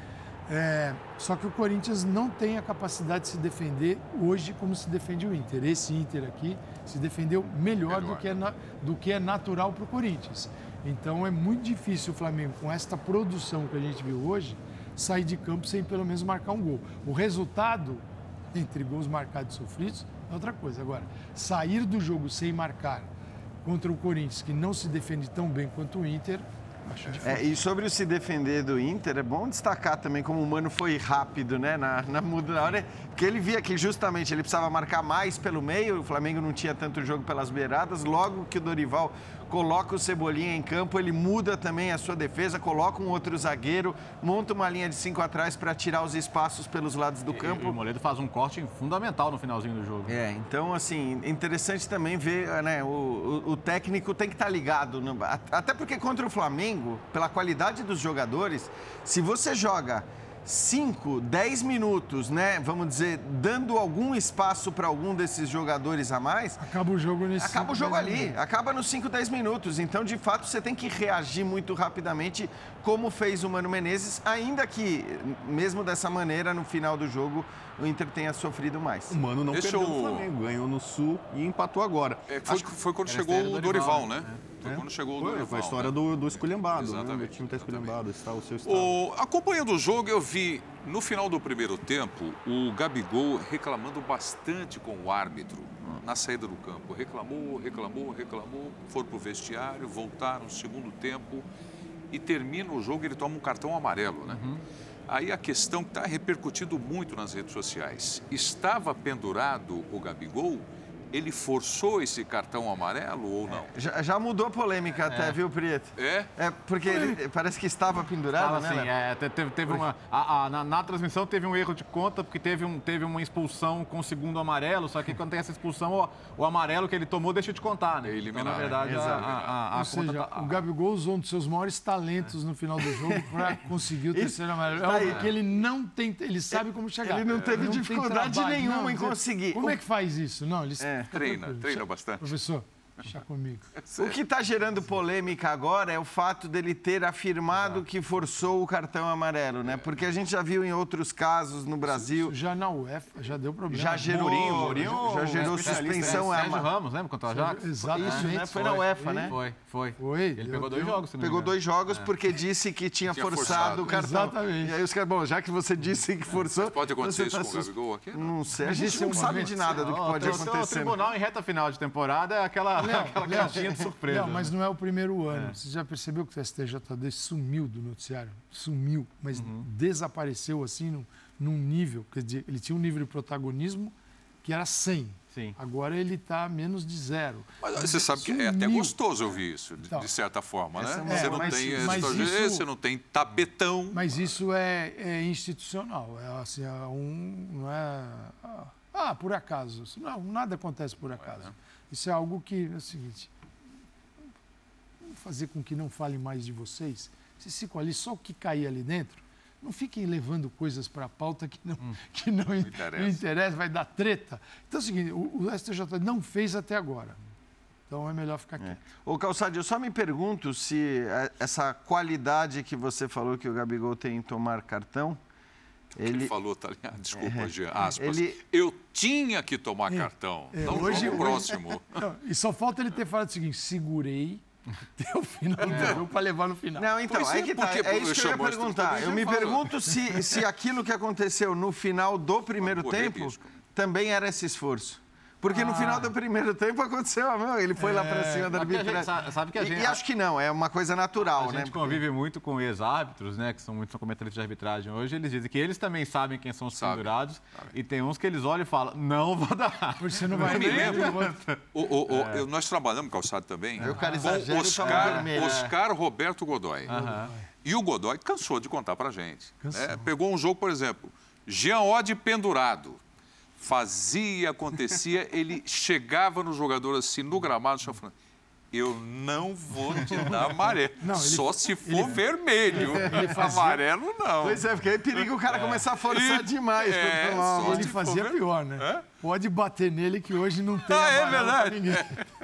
É, só que o Corinthians não tem a capacidade de se defender hoje como se defende o Inter. Esse Inter aqui se defendeu melhor, Melhor. Do, que é na- do que é natural para o Corinthians. Então é muito difícil o Flamengo, com esta produção que a gente viu hoje, sair de campo sem pelo menos marcar um gol. O resultado, entre gols marcados e sofridos, é outra coisa. Agora, sair do jogo sem marcar contra o Corinthians, que não se defende tão bem quanto o Inter, acho difícil. É, e sobre o se defender do Inter, é bom destacar também como o Mano foi rápido, né? Na, na, muda- na hora que ele via que justamente ele precisava marcar mais pelo meio, o Flamengo não tinha tanto jogo pelas beiradas, logo que o Dorival coloca o Cebolinha em campo, ele muda também a sua defesa, coloca um outro zagueiro, monta uma linha de cinco atrás para tirar os espaços pelos lados do E- campo. E o Moledo faz um corte fundamental no finalzinho do jogo. É, então, assim, interessante também ver, né, o, o, o técnico tem que estar ligado, no- a- até porque contra o Flamengo, pela qualidade dos jogadores, se você joga cinco, dez minutos, né, vamos dizer, dando algum espaço para algum desses jogadores a mais, Acaba o jogo nesse. acaba o cinco, jogo dez ali, minutos. acaba nos cinco, dez minutos. Então, de fato, você tem que reagir muito rapidamente, como fez o Mano Menezes, ainda que, mesmo dessa maneira, no final do jogo, o Inter tenha sofrido mais. o Mano não Deixa perdeu eu- no Flamengo, ganhou no Sul e empatou agora. É, foi, foi quando era chegou estreia do o Dorival, Dorival, né? Foi É. quando chegou o Foi, Dorival. foi a história né? do, do esculhambado, né? Exatamente, O time está exatamente. esculhambado, está o seu estado. O, acompanhando o jogo, eu vi no final do primeiro tempo o Gabigol reclamando bastante com o árbitro na saída do campo. Reclamou, reclamou, reclamou, foram para o vestiário, voltaram no segundo tempo e termina o jogo, ele toma um cartão amarelo, né? Aí a questão que está repercutindo muito nas redes sociais. Estava pendurado o Gabigol? Ele forçou esse cartão amarelo ou não? Já, já mudou a polêmica até, viu, Prieto? É? É, porque ele parece que estava pendurado, Fala né? assim, Léo? é, te- teve, teve uma, a- a- na, na transmissão teve um erro de conta, porque teve, um, teve uma expulsão com o segundo amarelo, só que quando tem essa expulsão, o, o amarelo que ele tomou deixa de contar, né? É eliminado, Então, na verdade, né? a, Exato. a, a, a Ou seja, conta tá- o Gabigol usou um dos seus maiores talentos no final do jogo para conseguir o terceiro amarelo. É tá aí. algo que ele não tem, ele sabe como chegar. Ele não teve tem dificuldade trabalho. nenhuma Não, em dizer, conseguir. Como O- é que faz isso? Não, ele É. Treina, treina bastante. Professor, deixa comigo. O que está gerando polêmica agora é o fato dele ter afirmado que forçou o cartão amarelo, né? Porque a gente já viu em outros casos no Brasil, Isso já na UEFA já deu problema. já gerou, Mourinho, Mourinho já é gerou especialista, suspensão. É, Sérgio uma- Ramos, lembra contra o Ajax? Exatamente. Isso, né? Foi na UEFA, né? Foi, foi. Foi. Ele deu- pegou dois deu- jogos, se não me Pegou engano. dois jogos porque disse que tinha, Tinha forçado, forçado. o cartão. Exatamente. E aí os caras, bom, já que você disse que forçou... Pode acontecer você isso tá com o sus- Gabigol aqui? Não sei, a Mas gente esse é não um sabe momento- de nada do que Ó, pode o, o acontecer. né? tribunal em reta final de temporada é aquela, Léo, aquela Léo, caixinha de surpresa. Léo, mas não é o primeiro ano. Você já percebeu que o S T J D sumiu do noticiário? Sumiu, mas Uhum. desapareceu assim num, num nível. Quer dizer, ele tinha um nível de protagonismo que era cem. Sim. Agora ele está menos de zero. Mas você sabe que é até Sumiu. gostoso ouvir isso, de, Então, de certa forma, né? essa é Você uma- não mas- tem mas esse- isso- você não tem tapetão. Mas isso é, é institucional. É assim, é um, não é. Ah, por acaso. Não, nada acontece por acaso. Isso é algo que é o seguinte. Vamos fazer com que não fale mais de vocês. Vocês ficam ali, só o que cair ali dentro. Não fiquem levando coisas para a pauta que não, que não, interessa. não interessa, vai dar treta. Então é o seguinte, o, o S T J D não fez até agora. Então é melhor ficar aqui. É. Ô, Calçade, eu só me pergunto se essa qualidade que você falou que o Gabigol tem em tomar cartão... Ele, ele falou, tá ligado? Desculpa, Jean, aspas. Ele... Eu tinha que tomar é, cartão, é, não hoje, o próximo. Não, e só falta ele ter falado o seguinte, segurei até o final do jogo para levar no final. Não, então, aí que tá, é isso que eu ia perguntar. Eu me pergunto se, se aquilo que aconteceu no final do primeiro tempo também era esse esforço. Porque ah. no final do primeiro tempo aconteceu, meu, ele foi é, lá para cima da arbitragem. Sabe que a gente, e, e acho que não, é uma coisa natural, a né? A gente convive muito com ex-árbitros, né, que são muitos comentaristas de arbitragem hoje, eles dizem que eles também sabem quem são os Sabe. pendurados, Sabe. e tem uns que eles olham e falam, não vou dar. Você não vai me lembro. o, o, o, é. Nós trabalhamos, Calçado, também, é. com Oscar, Oscar Roberto Godoy. Uhum. E o Godoy cansou de contar pra gente. Né? Pegou um jogo, por exemplo, Jean Oddi pendurado. Fazia, acontecia, ele chegava no jogador assim, no gramado, falando, eu não vou te dar amarelo, não, ele, só se for ele, vermelho. Ele, ele fazia... Amarelo, não. Pois é, porque aí periga o cara é. começar a forçar e, demais. É, pra ele fazia ver... pior, né? É? Pode bater nele que hoje não tem ah, é verdade. Ninguém.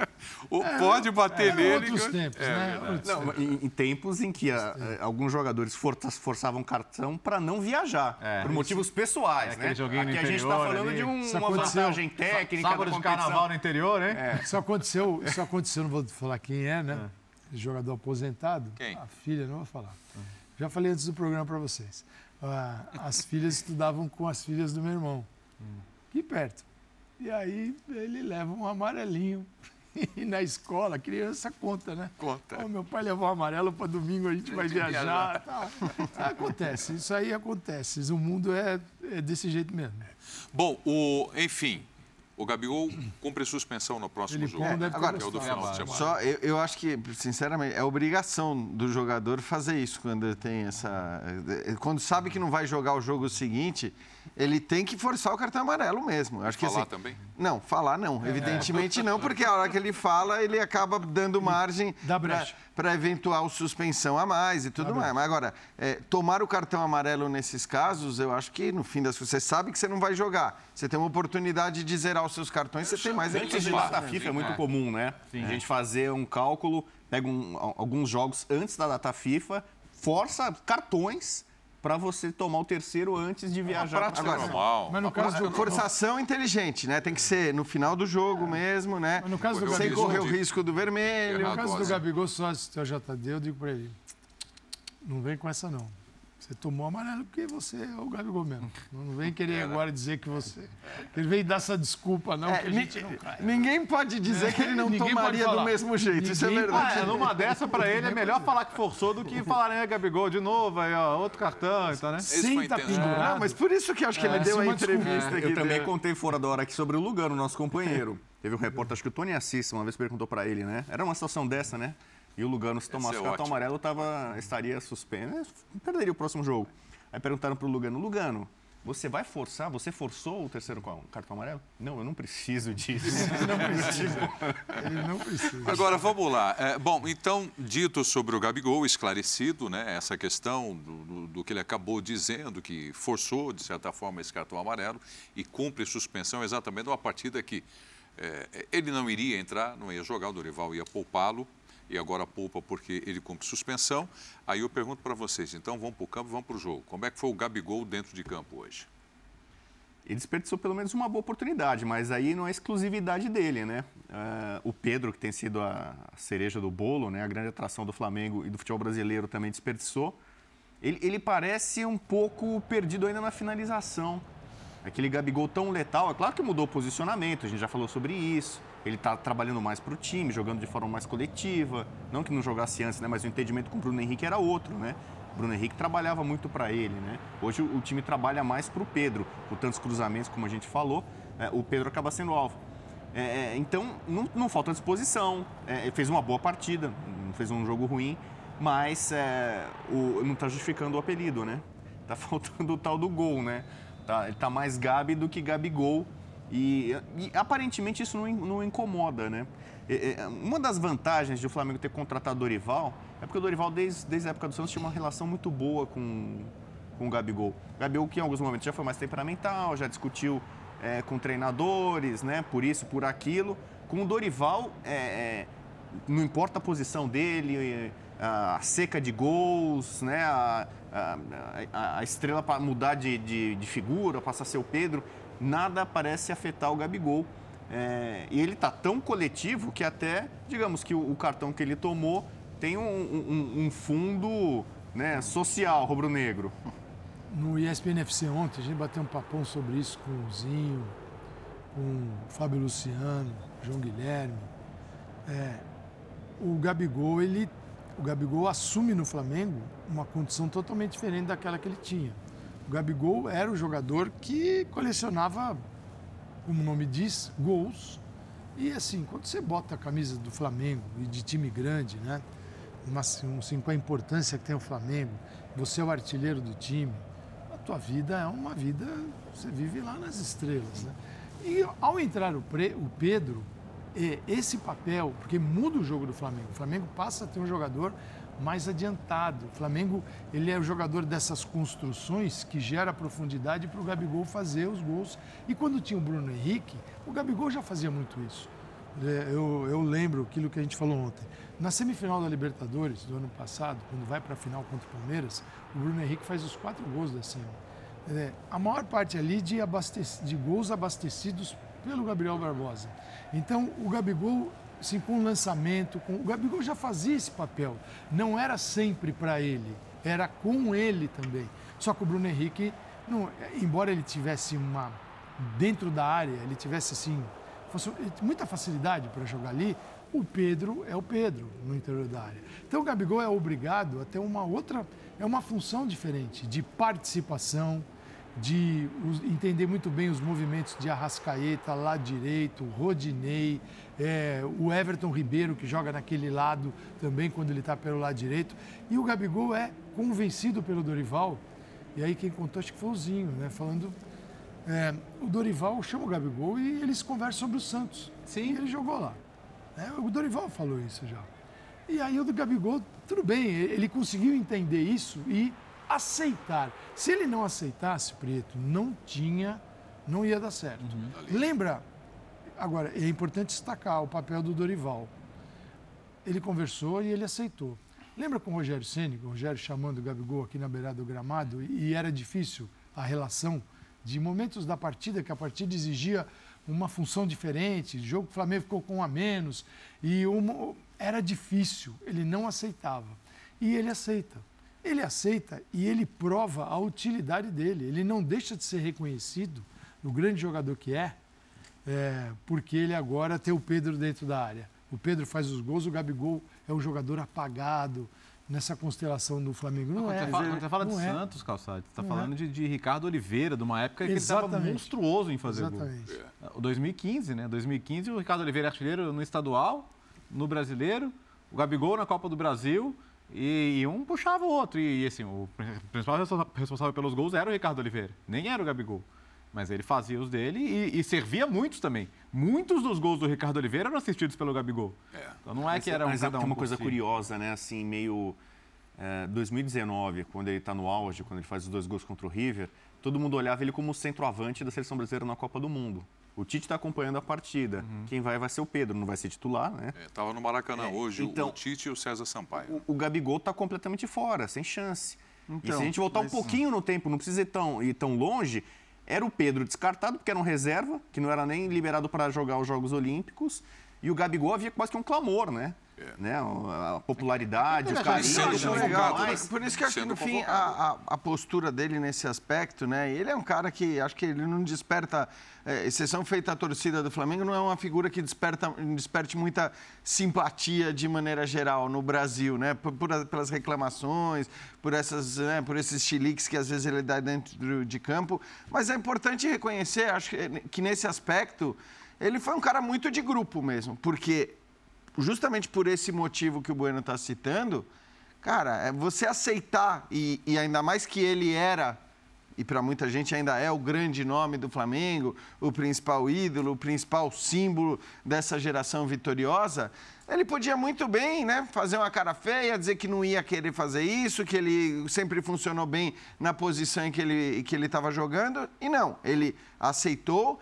O é, pode bater é, nele. Outros que... tempos, é, né? Outros não, tempos. Em, em tempos em que a, alguns jogadores for, forçavam cartão para não viajar, é, por motivos pessoais, é, né? Aqui interior, a gente está falando ali. de um, uma vantagem técnica. Sábado de carnaval no interior, hein? É. Isso aconteceu, isso aconteceu, não vou falar quem é, né? É. Jogador aposentado. Quem? A filha, não vou falar. É. Já falei antes do programa para vocês. Ah, as filhas estudavam com as filhas do meu irmão, hum. aqui perto. E aí ele leva um amarelinho. E na escola, a criança conta, né? Conta. Oh, meu pai levou um amarelo para domingo, a gente vai viajar. Tá. Acontece, isso aí acontece. O mundo é, é desse jeito mesmo. Bom, o, enfim, o Gabigol cumpre suspensão no próximo ele jogo. É, agora, que é o do final de semana. Só, eu, eu acho que, sinceramente, é obrigação do jogador fazer isso quando tem essa. Quando sabe que não vai jogar o jogo seguinte, ele tem que forçar o cartão amarelo mesmo. Acho que, falar assim, também? Não, falar não. É. Evidentemente não, porque a hora que ele fala, ele acaba dando margem para eventual suspensão a mais e tudo mais. Mas agora, é, tomar o cartão amarelo nesses casos, eu acho que, no fim das coisas, você sabe que você não vai jogar. Você tem uma oportunidade de zerar os seus cartões, você tem mais... Antes de data FIFA é muito comum, né? Sim. A gente fazer um cálculo, pega um, alguns jogos antes da data FIFA, força cartões para você tomar o terceiro antes de viajar. Para agora, normal. Mas no caso do... Forçação inteligente, né? Tem que ser no final do jogo é. mesmo, né? Mas no caso do Sem Gabigol, correr o risco do vermelho. No caso do Gabigol, só se o J D, eu digo para ele, não vem com essa não. Você tomou amarelo porque você é o Gabigol mesmo. Não vem querer agora dizer que você... Ele vem dar essa desculpa, não, é, que a gente não cai. Ninguém pode dizer é, que ele não tomaria do mesmo jeito, ninguém isso é verdade. Ah, numa dessa, para ele, é melhor falar que forçou do que falar, né, Gabigol, de novo, aí, ó, outro cartão, então, né? Sem tá pendurado. Não, mas por isso que eu acho que é, ele deu a entrevista. É, eu também contei fora da hora aqui sobre o Lugano, nosso companheiro. Teve um repórter, acho que o Tony Assis, uma vez perguntou para ele, né? Era uma situação dessa, né? E o Lugano, se tomasse o cartão amarelo, tava, estaria suspenso, perderia o próximo jogo. Aí perguntaram para o Lugano, Lugano, você vai forçar, você forçou o terceiro cartão amarelo? Não, eu não preciso disso. Ele não precisa. Ele não precisa. Agora, vamos lá. É, bom, então, dito sobre o Gabigol, esclarecido, né, essa questão do, do, do que ele acabou dizendo, que forçou, de certa forma, esse cartão amarelo e cumpre suspensão exatamente numa partida que é, ele não iria entrar, não ia jogar, o Dorival ia poupá-lo. E agora poupa porque ele cumpre suspensão. Aí eu pergunto para vocês, então vamos para o campo, vamos para o jogo. Como é que foi o Gabigol dentro de campo hoje? Ele desperdiçou pelo menos uma boa oportunidade, mas aí não é exclusividade dele, né? Uh, o Pedro, que tem sido a cereja do bolo, né? A grande atração do Flamengo e do futebol brasileiro, também desperdiçou. Ele, ele parece um pouco perdido ainda na finalização. Aquele Gabigol tão letal, é claro que mudou o posicionamento, a gente já falou sobre isso. Ele está trabalhando mais para o time, jogando de forma mais coletiva. Não que não jogasse antes, né? Mas o entendimento com o Bruno Henrique era outro, né? O Bruno Henrique trabalhava muito para ele, né? Hoje o, o time trabalha mais para o Pedro. Por tantos cruzamentos, como a gente falou, é, o Pedro acaba sendo alvo. É, então, não, não falta disposição. É, ele fez uma boa partida, não fez um jogo ruim, mas é, o, não está justificando o apelido, né? Está faltando o tal do gol, né? Tá, ele está mais Gabi do que Gabigol. E, e aparentemente isso não, não incomoda, né? E, uma das vantagens de o Flamengo ter contratado o Dorival é porque o Dorival, desde, desde a época do Santos, tinha uma relação muito boa com, com o Gabigol. O Gabigol, que em alguns momentos já foi mais temperamental, já discutiu é, com treinadores, né? Por isso, por aquilo. Com o Dorival, é, é, não importa a posição dele, a seca de gols, né? a, a, a, a estrela para mudar de, de, de figura, passar a ser o Pedro, nada parece afetar o Gabigol. É, e ele está tão coletivo que até, digamos que o, o cartão que ele tomou tem um, um, um fundo, né, social rubro-negro. No E S P N F C ontem, a gente bateu um papão sobre isso com o Zinho, com o Fábio Luciano, João Guilherme. É, o Gabigol, ele, o Gabigol assume no Flamengo uma condição totalmente diferente daquela que ele tinha. O Gabigol era o jogador que colecionava, como o nome diz, gols. E assim, quando você bota a camisa do Flamengo e de time grande, né? Uma, assim, com a importância que tem o Flamengo, você é o artilheiro do time, a tua vida é uma vida, você vive lá nas estrelas, né? E ao entrar o, Pre, o Pedro, esse papel, porque muda o jogo do Flamengo, o Flamengo passa a ter um jogador mais adiantado. O Flamengo, ele é o jogador dessas construções que gera profundidade para o Gabigol fazer os gols. E quando tinha o Bruno Henrique, o Gabigol já fazia muito isso. Eu, eu lembro aquilo que a gente falou ontem. Na semifinal da Libertadores do ano passado, quando vai para a final contra o Palmeiras, o Bruno Henrique faz os quatro gols da semi. É, a maior parte ali de, abastec... de gols abastecidos pelo Gabriel Barbosa. Então, o Gabigol, assim, com o lançamento, com... o Gabigol já fazia esse papel. Não era sempre para ele, era com ele também. Só que o Bruno Henrique, não... embora ele tivesse uma... dentro da área, ele tivesse, assim, fosse muita facilidade para jogar ali, o Pedro é o Pedro no interior da área. Então, o Gabigol é obrigado a ter uma outra... é uma função diferente, de participação, de entender muito bem os movimentos de Arrascaeta, lado direito, Rodinei, é, o Everton Ribeiro, que joga naquele lado também quando ele está pelo lado direito. E o Gabigol é convencido pelo Dorival, e aí quem contou acho que foi o Zinho, né? Falando, é, o Dorival chama o Gabigol e eles conversam sobre o Santos. Sim. E ele jogou lá. É, o Dorival falou isso já. E aí o do Gabigol, tudo bem, ele conseguiu entender isso e aceitar. Se ele não aceitasse, Prieto, não tinha, não ia dar certo. Uhum. Lembra, agora, é importante destacar o papel do Dorival. Ele conversou e ele aceitou. Lembra com o Rogério Ceni, o Rogério chamando o Gabigol aqui na beirada do gramado, e era difícil a relação de momentos da partida, que a partida exigia uma função diferente, o jogo do Flamengo ficou com um a menos, e uma, era difícil, ele não aceitava. E ele aceita. Ele aceita e ele prova a utilidade dele. Ele não deixa de ser reconhecido, o grande jogador que é, é, porque ele agora tem o Pedro dentro da área. O Pedro faz os gols, o Gabigol é um jogador apagado nessa constelação do Flamengo. Não, não é. Quando você fala, quando você fala de é. Santos, Calçade, você está falando é. de, de Ricardo Oliveira, de uma época que Exatamente. ele estava monstruoso em fazer Exatamente. gol. O dois mil e quinze, né? dois mil e quinze, o Ricardo Oliveira é artilheiro no estadual, no brasileiro, o Gabigol na Copa do Brasil. E, e um puxava o outro. E, e assim, o principal responsável pelos gols era o Ricardo Oliveira, nem era o Gabigol. Mas ele fazia os dele e, e servia muitos também. Muitos dos gols do Ricardo Oliveira eram assistidos pelo Gabigol. É. Então não é mas, que era um mas cada um tem uma coisa si. curiosa, né? Assim, meio... É, dois mil e dezenove, quando ele está no auge, quando ele faz os dois gols contra o River, todo mundo olhava ele como centroavante da seleção brasileira na Copa do Mundo. O Tite está acompanhando a partida. Uhum. Quem vai vai ser o Pedro, não vai ser titular, né? Estava é, no Maracanã é, hoje, então, o Tite e o César Sampaio. O, o Gabigol está completamente fora, sem chance. Então, e se a gente voltar mas... um pouquinho no tempo, não precisa ir tão, ir tão longe, era o Pedro descartado, porque era um reserva, que não era nem liberado para jogar os Jogos Olímpicos, e o Gabigol havia quase que um clamor, né? É. Né? A popularidade, o carinho. Sendo legal. Mas, por isso que acho que, no fim, a, a, a postura dele nesse aspecto, né? Ele é um cara que acho que ele não desperta, é, exceção feita a torcida do Flamengo, não é uma figura que desperta, desperte muita simpatia de maneira geral no Brasil, né? Por, por, pelas reclamações, por, essas, né? por esses chiliques que às vezes ele dá dentro de campo. Mas é importante reconhecer, acho que, que nesse aspecto, ele foi um cara muito de grupo mesmo, porque... justamente por esse motivo que o Bueno está citando, cara, é você aceitar, e, e ainda mais que ele era, e para muita gente ainda é o grande nome do Flamengo, o principal ídolo, o principal símbolo dessa geração vitoriosa, ele podia muito bem, né, fazer uma cara feia, dizer que não ia querer fazer isso, que ele sempre funcionou bem na posição em que ele que ele estava jogando, e não, ele aceitou.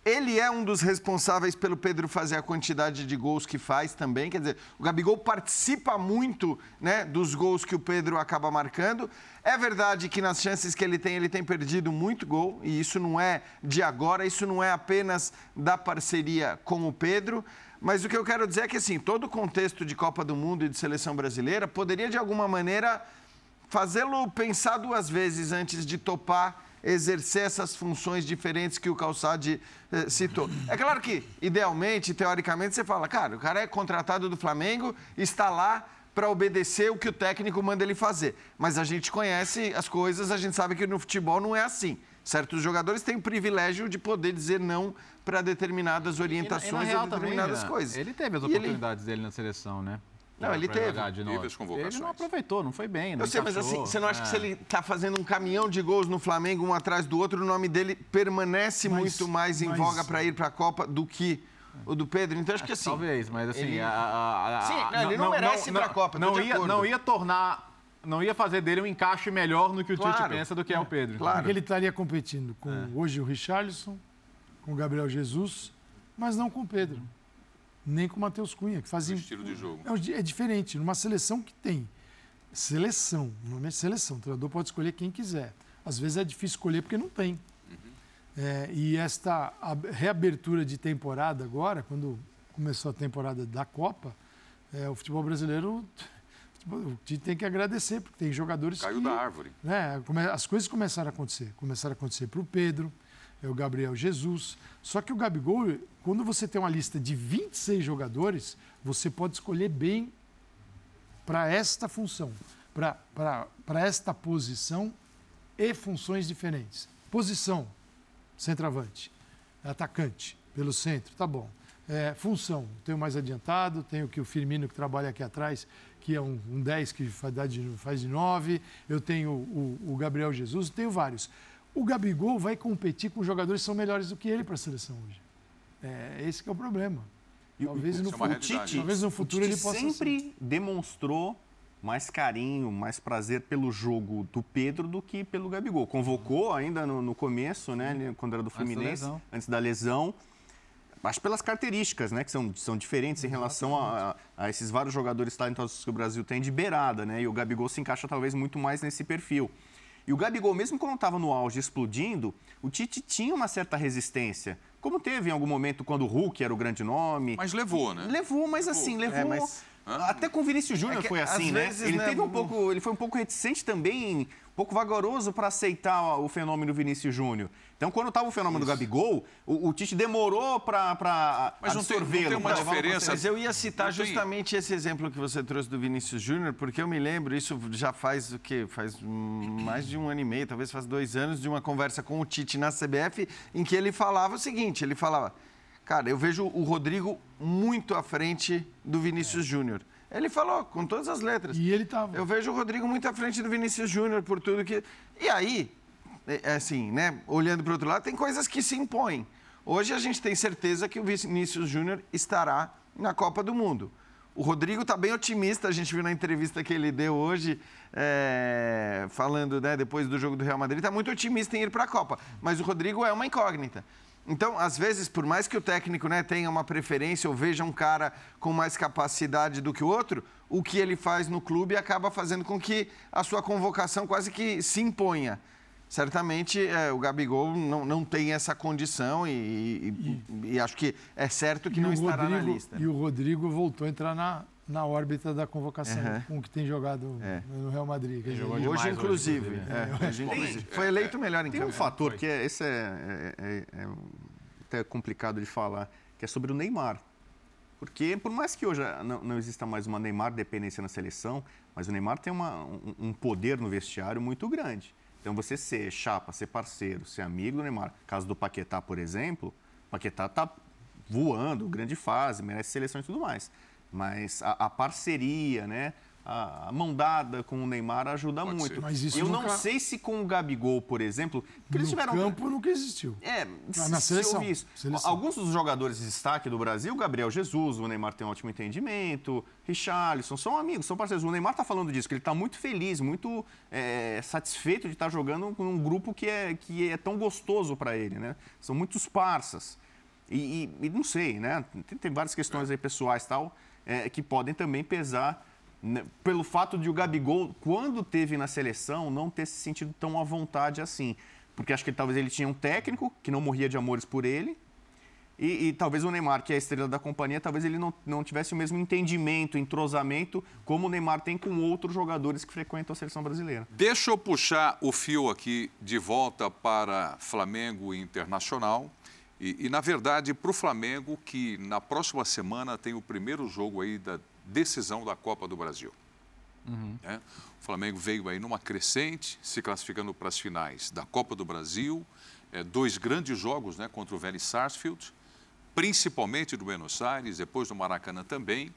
ele é um dos responsáveis pelo Pedro fazer a quantidade de gols que faz também. Quer dizer, o Gabigol participa muito, né, dos gols que o Pedro acaba marcando. É verdade que nas chances que ele tem, ele tem perdido muito gol. E isso não é de agora, isso não é apenas da parceria com o Pedro. Mas o que eu quero dizer é que, assim, todo o contexto de Copa do Mundo e de seleção brasileira poderia, de alguma maneira, fazê-lo pensar duas vezes antes de topar exercer essas funções diferentes que o Calçade eh, citou. É claro que, idealmente, teoricamente, você fala, cara, o cara é contratado do Flamengo, está lá para obedecer o que o técnico manda ele fazer. Mas a gente conhece as coisas, a gente sabe que no futebol não é assim. Certos jogadores têm o privilégio de poder dizer não para determinadas orientações e, e, e determinadas também, coisas. Ele teve as oportunidades ele... dele na seleção, né? Não, ele teve. Teve as convocações. Ele não aproveitou, não foi bem. Não eu sei, encaixou. Mas assim, você não acha é. que se ele está fazendo um caminhão de gols no Flamengo, um atrás do outro, o nome dele permanece mas, muito mais em mas... voga para ir para a Copa do que o do Pedro? Então acho que assim... Talvez, mas assim... Ele... A, a, a, Sim, não, ele não, não merece ir para a Copa, não ia, não ia tornar... Não ia fazer dele um encaixe melhor no que o claro. Tite pensa do que é o Pedro. Claro. Porque ele estaria competindo com é. hoje o Richarlison, com o Gabriel Jesus, mas não com o Pedro. Nem com o Matheus Cunha, que fazia... O estilo de jogo. É, é diferente. Numa seleção que tem seleção, o nome é seleção, o treinador pode escolher quem quiser. Às vezes é difícil escolher porque não tem. Uhum. É, e esta reabertura de temporada agora, quando começou a temporada da Copa, é, o futebol brasileiro... O Tite tem que agradecer, porque tem jogadores Caiu que... da árvore. Né, as coisas começaram a acontecer. Começaram a acontecer para o Pedro, o Gabriel Jesus. Só que o Gabigol, quando você tem uma lista de vinte e seis jogadores, você pode escolher bem para esta função, para esta posição e funções diferentes. Posição, centroavante, atacante, pelo centro, tá bom. É, função, tenho mais adiantado, tenho que o Firmino que trabalha aqui atrás, que é um, um dez que faz de, faz de nove, eu tenho o, o Gabriel Jesus, tenho vários. O Gabigol vai competir com jogadores que são melhores do que ele para a seleção hoje. É, esse que é o problema. Talvez, no, é Tite, talvez no futuro ele possa sempre ser. demonstrou mais carinho, mais prazer pelo jogo do Pedro do que pelo Gabigol. Convocou ainda no, no começo, né, quando era do Fluminense, antes da, antes da lesão. Mas pelas características, né, que são, são diferentes em relação a, a, a esses vários jogadores talentosos que o Brasil tem de beirada, né? E o Gabigol se encaixa talvez muito mais nesse perfil. E o Gabigol, mesmo quando estava no auge explodindo, o Tite tinha uma certa resistência. Como teve em algum momento quando o Hulk era o grande nome. Mas levou, né? Levou, mas assim, levou... É, mas... Até com o Vinícius Júnior é que, foi assim, né? Vezes, ele, né? teve um pouco, ele foi um pouco reticente também, um pouco vagaroso para aceitar o fenômeno Vinícius Júnior. Então, quando estava o fenômeno Isso. do Gabigol, o, o Tite demorou para absorvê-lo. Mas não tem, não tem uma diferença. Mas eu ia citar não justamente tem... esse exemplo que você trouxe do Vinícius Júnior, porque eu me lembro, isso já faz o quê? Faz mais de um ano e meio, talvez faz dois anos, de uma conversa com o Tite na C B F, em que ele falava o seguinte, ele falava, cara, eu vejo o Rodrigo muito à frente do Vinícius é. Júnior. Ele falou, com todas as letras. E ele estava. Eu vejo o Rodrigo muito à frente do Vinícius Júnior por tudo que... E aí, é assim, né, olhando para o outro lado, tem coisas que se impõem. Hoje a gente tem certeza que o Vinícius Júnior estará na Copa do Mundo. O Rodrigo está bem otimista, a gente viu na entrevista que ele deu hoje, é, falando, né, depois do jogo do Real Madrid, está muito otimista em ir para a Copa. Mas o Rodrigo é uma incógnita. Então, às vezes, por mais que o técnico, né, tenha uma preferência ou veja um cara com mais capacidade do que o outro, o que ele faz no clube acaba fazendo com que a sua convocação quase que se imponha. Certamente, é, o Gabigol não, não tem essa condição e, e, e, e acho que é certo que não estará Rodrigo, na lista. E o Rodrigo voltou a entrar na, na órbita da convocação, uhum. com o que tem jogado é. no Real Madrid. Hoje, hoje, inclusive. Hoje, é. É. Hoje, inclusive. Foi eleito melhor em Tem campo. um fator que é, esse é, é, é, é até complicado de falar, que é sobre o Neymar. Porque, por mais que hoje não, não exista mais uma Neymar dependência na seleção, mas o Neymar tem uma, um, um poder no vestiário muito grande. Então, você ser chapa, ser parceiro, ser amigo do Neymar. Caso do Paquetá, por exemplo, o Paquetá está voando, grande fase, merece seleção e tudo mais. Mas a, a parceria, né? A, a mão dada com o Neymar ajuda Pode muito. Mas isso Eu nunca... não sei se com o Gabigol, por exemplo... Porque no eles tiveram... campo nunca existiu. É, na seleção. Isso. seleção. Alguns dos jogadores de destaque do Brasil, Gabriel Jesus, o Neymar tem um ótimo entendimento, Richarlison, são amigos, são parceiros. O Neymar está falando disso, que ele está muito feliz, muito é, satisfeito de estar jogando com um grupo que é, que é tão gostoso para ele, né? São muitos parças. E, e, e não sei, né? Tem, tem várias questões aí pessoais e tal, é, que podem também pesar, né, pelo fato de o Gabigol, quando teve na seleção, não ter se sentido tão à vontade assim. Porque acho que talvez ele tinha um técnico que não morria de amores por ele, e, e talvez o Neymar, que é a estrela da companhia, talvez ele não, não tivesse o mesmo entendimento, entrosamento, como o Neymar tem com outros jogadores que frequentam a seleção brasileira. Deixa eu puxar o fio aqui de volta para Flamengo e Internacional. E, e na verdade, para o Flamengo, que na próxima semana tem o primeiro jogo aí da decisão da Copa do Brasil. Uhum. É? O Flamengo veio aí numa crescente, se classificando para as finais da Copa do Brasil. É, dois grandes jogos, né, contra o Vélez Sarsfield, principalmente do Buenos Aires, depois do Maracanã também,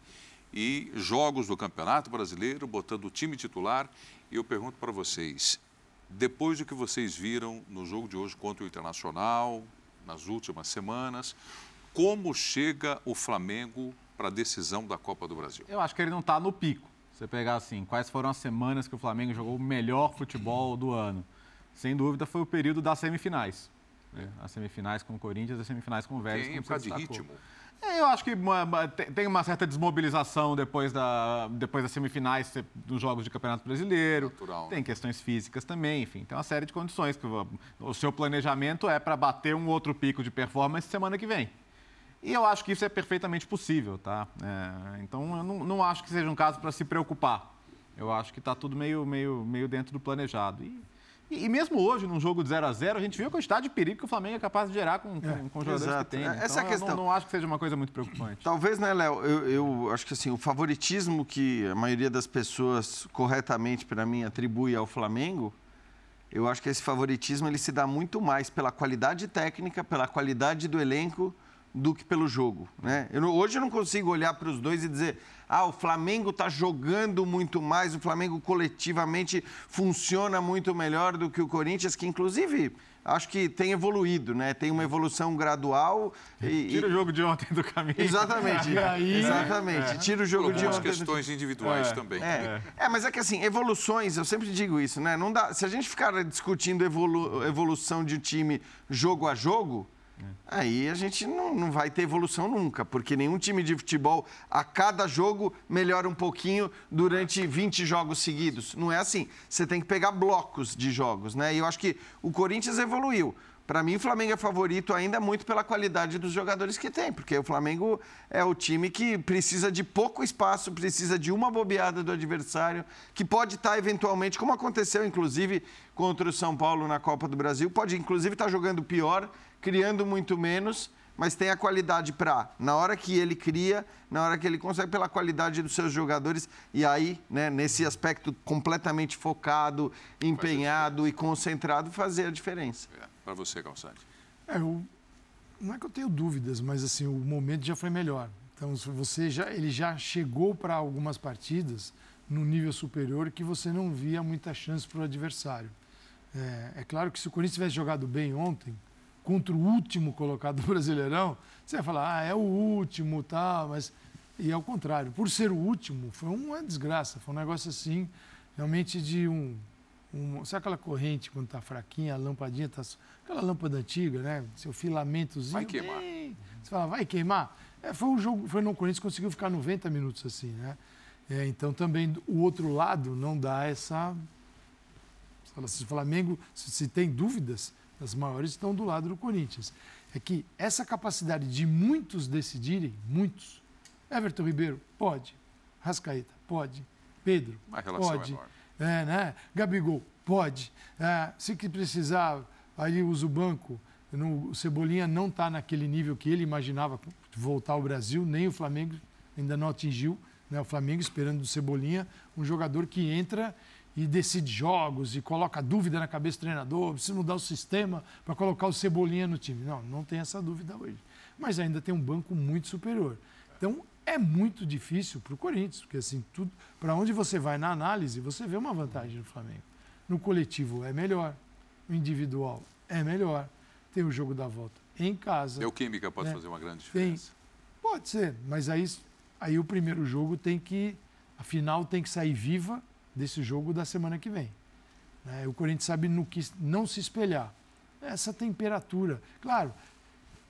e jogos do Campeonato Brasileiro, botando o time titular. E eu pergunto para vocês, depois do que vocês viram no jogo de hoje contra o Internacional, nas últimas semanas, como chega o Flamengo para a decisão da Copa do Brasil? Eu acho que ele não está no pico. Você pegar assim, quais foram as semanas que o Flamengo jogou o melhor futebol do ano? Sem dúvida foi o período das semifinais. Né? As semifinais com o Corinthians e as semifinais com o Vélez. Tem época de ritmo. É, eu acho que uma, uma, tem uma certa desmobilização depois, da, depois das semifinais dos jogos de Campeonato Brasileiro. Natural, tem né? Questões físicas também, enfim. Tem uma série de condições. Que o, o seu planejamento é para bater um outro pico de performance semana que vem. E eu acho que isso é perfeitamente possível, tá? É, então, eu não, não acho que seja um caso para se preocupar. Eu acho que está tudo meio, meio, meio dentro do planejado. E, e, e mesmo hoje, num jogo de zero a zero, a gente viu a quantidade de perigo que o Flamengo é capaz de gerar com, com, com os jogadores Exato. que tem. Né? Essa então, questão... eu não, não acho que seja uma coisa muito preocupante. Talvez, né, Léo? Eu, eu acho que assim, o favoritismo que a maioria das pessoas, corretamente, para mim, atribui ao Flamengo, eu acho que esse favoritismo ele se dá muito mais pela qualidade técnica, pela qualidade do elenco, do que pelo jogo, né? Eu, hoje eu não consigo olhar para os dois e dizer, ah, o Flamengo está jogando muito mais, o Flamengo coletivamente funciona muito melhor do que o Corinthians, que inclusive acho que tem evoluído, né? Tem uma evolução gradual. E, Tira e... o jogo de ontem do caminho. Exatamente, aí, exatamente. É. Tira o jogo Por de algumas ontem. questões individuais É. também. É. é, mas é que assim, evoluções, eu sempre digo isso, né? Não dá, se a gente ficar discutindo evolu evolução de time jogo a jogo, aí a gente não, não vai ter evolução nunca, porque nenhum time de futebol, a cada jogo, melhora um pouquinho durante vinte jogos seguidos. Não é assim. Você tem que pegar blocos de jogos, né? E eu acho que o Corinthians evoluiu. Para mim, o Flamengo é favorito ainda muito pela qualidade dos jogadores que tem, porque o Flamengo é o time que precisa de pouco espaço, precisa de uma bobeada do adversário, que pode estar eventualmente, como aconteceu inclusive contra o São Paulo na Copa do Brasil, pode inclusive estar jogando pior, criando muito menos, mas tem a qualidade para, na hora que ele cria, na hora que ele consegue, pela qualidade dos seus jogadores, e aí, né, nesse aspecto completamente focado, empenhado e concentrado, fazer a diferença. É, para você, Calçade. É, eu, não é que eu tenho dúvidas, mas assim, o momento já foi melhor. Então, se você já, ele já chegou para algumas partidas no nível superior que você não via muita chance para o adversário. É, é claro que se o Corinthians tivesse jogado bem ontem, contra o último colocado do Brasileirão, você vai falar, ah, é o último, tá, mas... E ao contrário, por ser o último, foi uma desgraça, foi um negócio assim, realmente de um... um sabe aquela corrente quando tá fraquinha, a lampadinha tá... Aquela lâmpada antiga, né? Seu filamentozinho... Vai queimar. Bem, você fala, vai queimar? É, foi um jogo, foi no Corinthians, conseguiu ficar noventa minutos assim, né? É, então também o outro lado não dá essa... Se o Flamengo, se, se tem dúvidas... As maiores estão do lado do Corinthians. É que essa capacidade de muitos decidirem, muitos. Everton Ribeiro, pode. Rascaeta, pode. Pedro, A relação pode. é enorme. É, né? Gabigol, pode. É, se que precisar, aí usa o banco. No, o Cebolinha não está naquele nível que ele imaginava voltar ao Brasil, nem o Flamengo ainda não atingiu. Né? O Flamengo esperando do Cebolinha, um jogador que entra... e decide jogos e coloca dúvida na cabeça do treinador, precisa mudar o sistema para colocar o Cebolinha no time. Não, não tem essa dúvida hoje. Mas ainda tem um banco muito superior. Então, é muito difícil para o Corinthians, porque assim, tudo, para onde você vai na análise, você vê uma vantagem do Flamengo. No coletivo é melhor, no individual é melhor, tem o jogo da volta em casa. Neoquímica pode né? fazer uma grande Tem, diferença. pode ser, mas aí, aí o primeiro jogo tem que, a final tem que sair viva desse jogo da semana que vem. Né? O Corinthians sabe no que não se espelhar. Essa temperatura. Claro,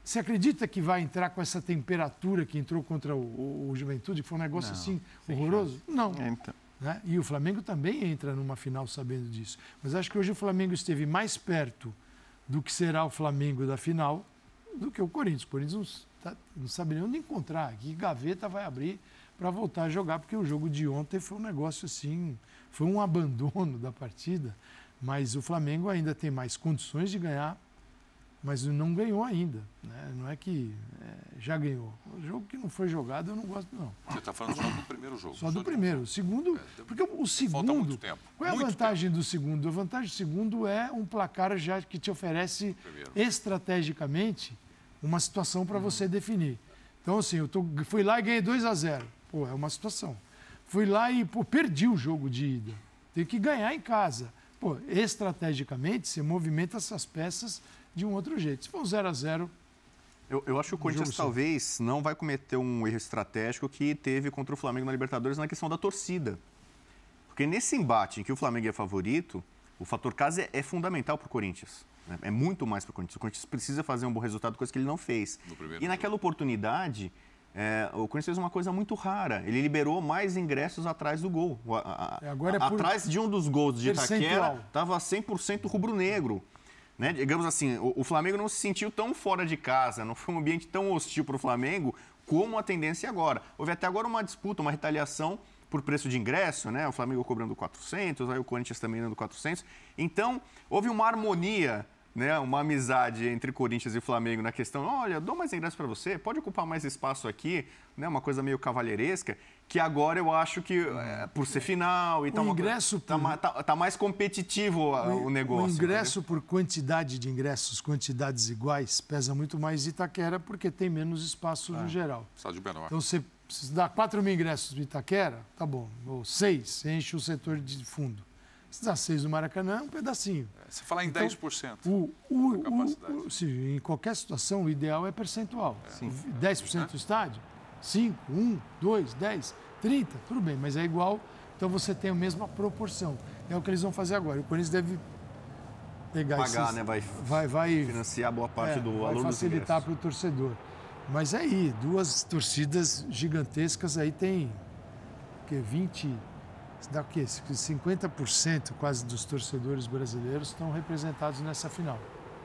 Você acredita que vai entrar com essa temperatura que entrou contra o, o, o Juventude, que foi um negócio Não, assim sem horroroso? Não. É, então. Né? E o Flamengo também entra numa final sabendo disso. Mas acho que hoje o Flamengo esteve mais perto do que será o Flamengo da final do que o Corinthians. O Corinthians não, tá, não sabe nem onde encontrar. Que gaveta vai abrir para voltar a jogar, porque o jogo de ontem foi um negócio assim, foi um abandono da partida. Mas o Flamengo ainda tem mais condições de ganhar, mas não ganhou ainda. Né? Não é que é, já ganhou. O jogo que não foi jogado eu não gosto, não. Você está falando só do primeiro jogo. Só do primeiro. O segundo. Porque o segundo. Falta muito tempo. Qual é a Muito vantagem do segundo? A vantagem do segundo é um placar já que te oferece Primeiro. estrategicamente uma situação para você definir. Então, assim, eu tô, fui lá e ganhei dois a zero. Pô, é uma situação. Fui lá e pô, perdi o jogo de ida. Tenho que ganhar em casa. Pô, estrategicamente, você movimenta essas peças de um outro jeito. Se for um zero a zero. Eu, eu acho que o Corinthians jogo talvez não vai cometer um erro estratégico que teve contra o Flamengo na Libertadores na questão da torcida. Porque nesse embate em que o Flamengo é favorito, o fator casa é, é fundamental para o Corinthians. Né? É muito mais para o Corinthians. O Corinthians precisa fazer um bom resultado, coisa que ele não fez. E naquela jogo. oportunidade, é, o Corinthians fez uma coisa muito rara. Ele liberou mais ingressos atrás do gol. A, a, Agora é por atrás de um dos gols de percentual. Itaquera, estava cem por cento rubro-negro. Né? Digamos assim, o, o Flamengo não se sentiu tão fora de casa, não foi um ambiente tão hostil para o Flamengo como a tendência é agora. Houve até agora uma disputa, uma retaliação por preço de ingresso, né? O Flamengo cobrando quatrocentos, aí o Corinthians também dando quatrocentos. Então, houve uma harmonia, né? Uma amizade entre Corinthians e Flamengo na questão, olha, eu dou mais ingresso para você, pode ocupar mais espaço aqui, né? Uma coisa meio cavalheiresca, que agora eu acho que, é, por ser final e o tal, ingresso tá, por... tá, tá mais competitivo o, o negócio. O ingresso entendeu? Por quantidade de ingressos, quantidades iguais, pesa muito mais Itaquera porque tem menos espaço ah. no geral. Estádio Menor. Então, você, você dá quatro mil ingressos no Itaquera, tá bom, ou seis, você enche o setor de fundo. Se dá seis no Maracanã, é um pedacinho. É, você fala em então, dez por cento. O, o, o, o, se, em qualquer situação, o ideal é percentual. É. dez por cento do estádio, cinco, um, dois, dez, trinta, tudo bem, mas é igual, então você tem a mesma proporção. É o que eles vão fazer agora. O Corinthians deve pegar Pagar, esses, né? Vai, vai, vai financiar boa parte é, do vai valor dos facilitar para o torcedor. Mas aí, duas torcidas gigantescas, aí tem que vinte, dá o quê? cinquenta por cento quase dos torcedores brasileiros estão representados nessa final.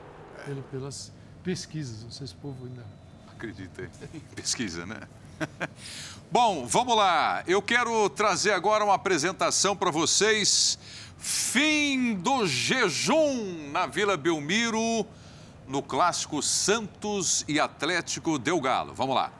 Pelas pesquisas, não sei se o povo ainda... Acredita em pesquisa, né? Bom, vamos lá. Eu quero trazer agora uma apresentação para vocês. Fim do jejum na Vila Belmiro, no clássico Santos e Atlético Del Galo. Vamos lá.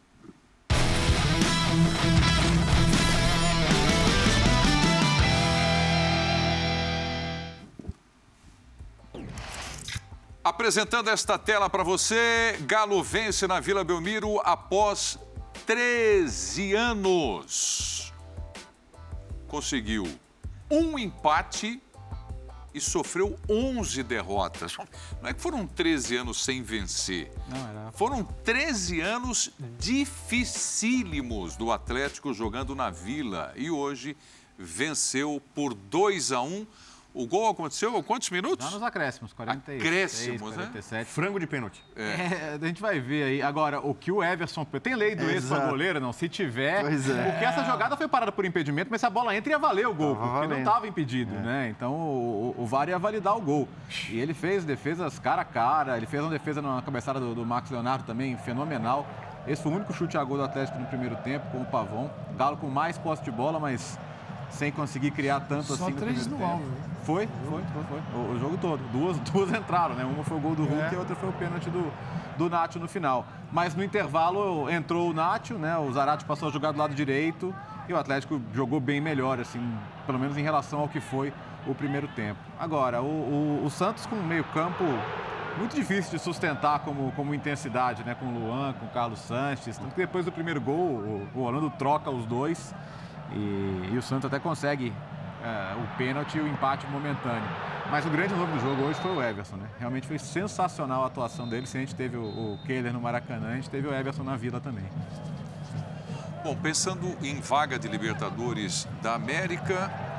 Apresentando esta tela para você, Galo vence na Vila Belmiro após treze anos. Conseguiu um empate e sofreu onze derrotas. Não é que foram treze anos sem vencer. Não, era... Foram treze anos dificílimos do Atlético jogando na Vila. E hoje venceu por dois a um. O gol aconteceu quantos minutos? Já nos acréscimos, quarenta e seis, Acréscimos, quarenta e sete. Né? Frango de pênalti. É. É, a gente vai ver aí. Agora, o que o Everson... Tem lei do ex pra goleiro, não? Se tiver... Pois é. Porque essa jogada foi parada por impedimento, mas se a bola entra ia valer o gol, Tava porque valendo. não estava impedido, É. né? Então, o, o, o V A R ia validar o gol. E ele fez defesas cara a cara, ele fez uma defesa na cabeçada do, do Max Leonardo também, fenomenal. Esse foi o único chute a gol do Atlético no primeiro tempo, com o Pavão. Galo com mais posse de bola, mas sem conseguir criar tanto Só assim no três primeiro no tempo. alvo, né? Foi, foi, foi, foi. O, o jogo todo. Duas, duas entraram, né? Uma foi o gol do Hulk É. e a outra foi o pênalti do, do Nacho no final. Mas no intervalo entrou o Nacho, né? O Zarate passou a jogar do lado direito e o Atlético jogou bem melhor, assim, pelo menos em relação ao que foi o primeiro tempo. Agora, o, o, o Santos com um meio campo muito difícil de sustentar como, como intensidade, né? Com o Luan, com o Carlos Sanches. Tanto que depois do primeiro gol, o, o Orlando troca os dois e, e o Santos até consegue é, o pênalti e o empate momentâneo. Mas o grande nome do jogo hoje foi o Everson, né? Realmente foi sensacional a atuação dele. Se a gente teve o, o Kehler no Maracanã, a gente teve o Everson na Vila também. Bom, pensando em vaga de Libertadores da América,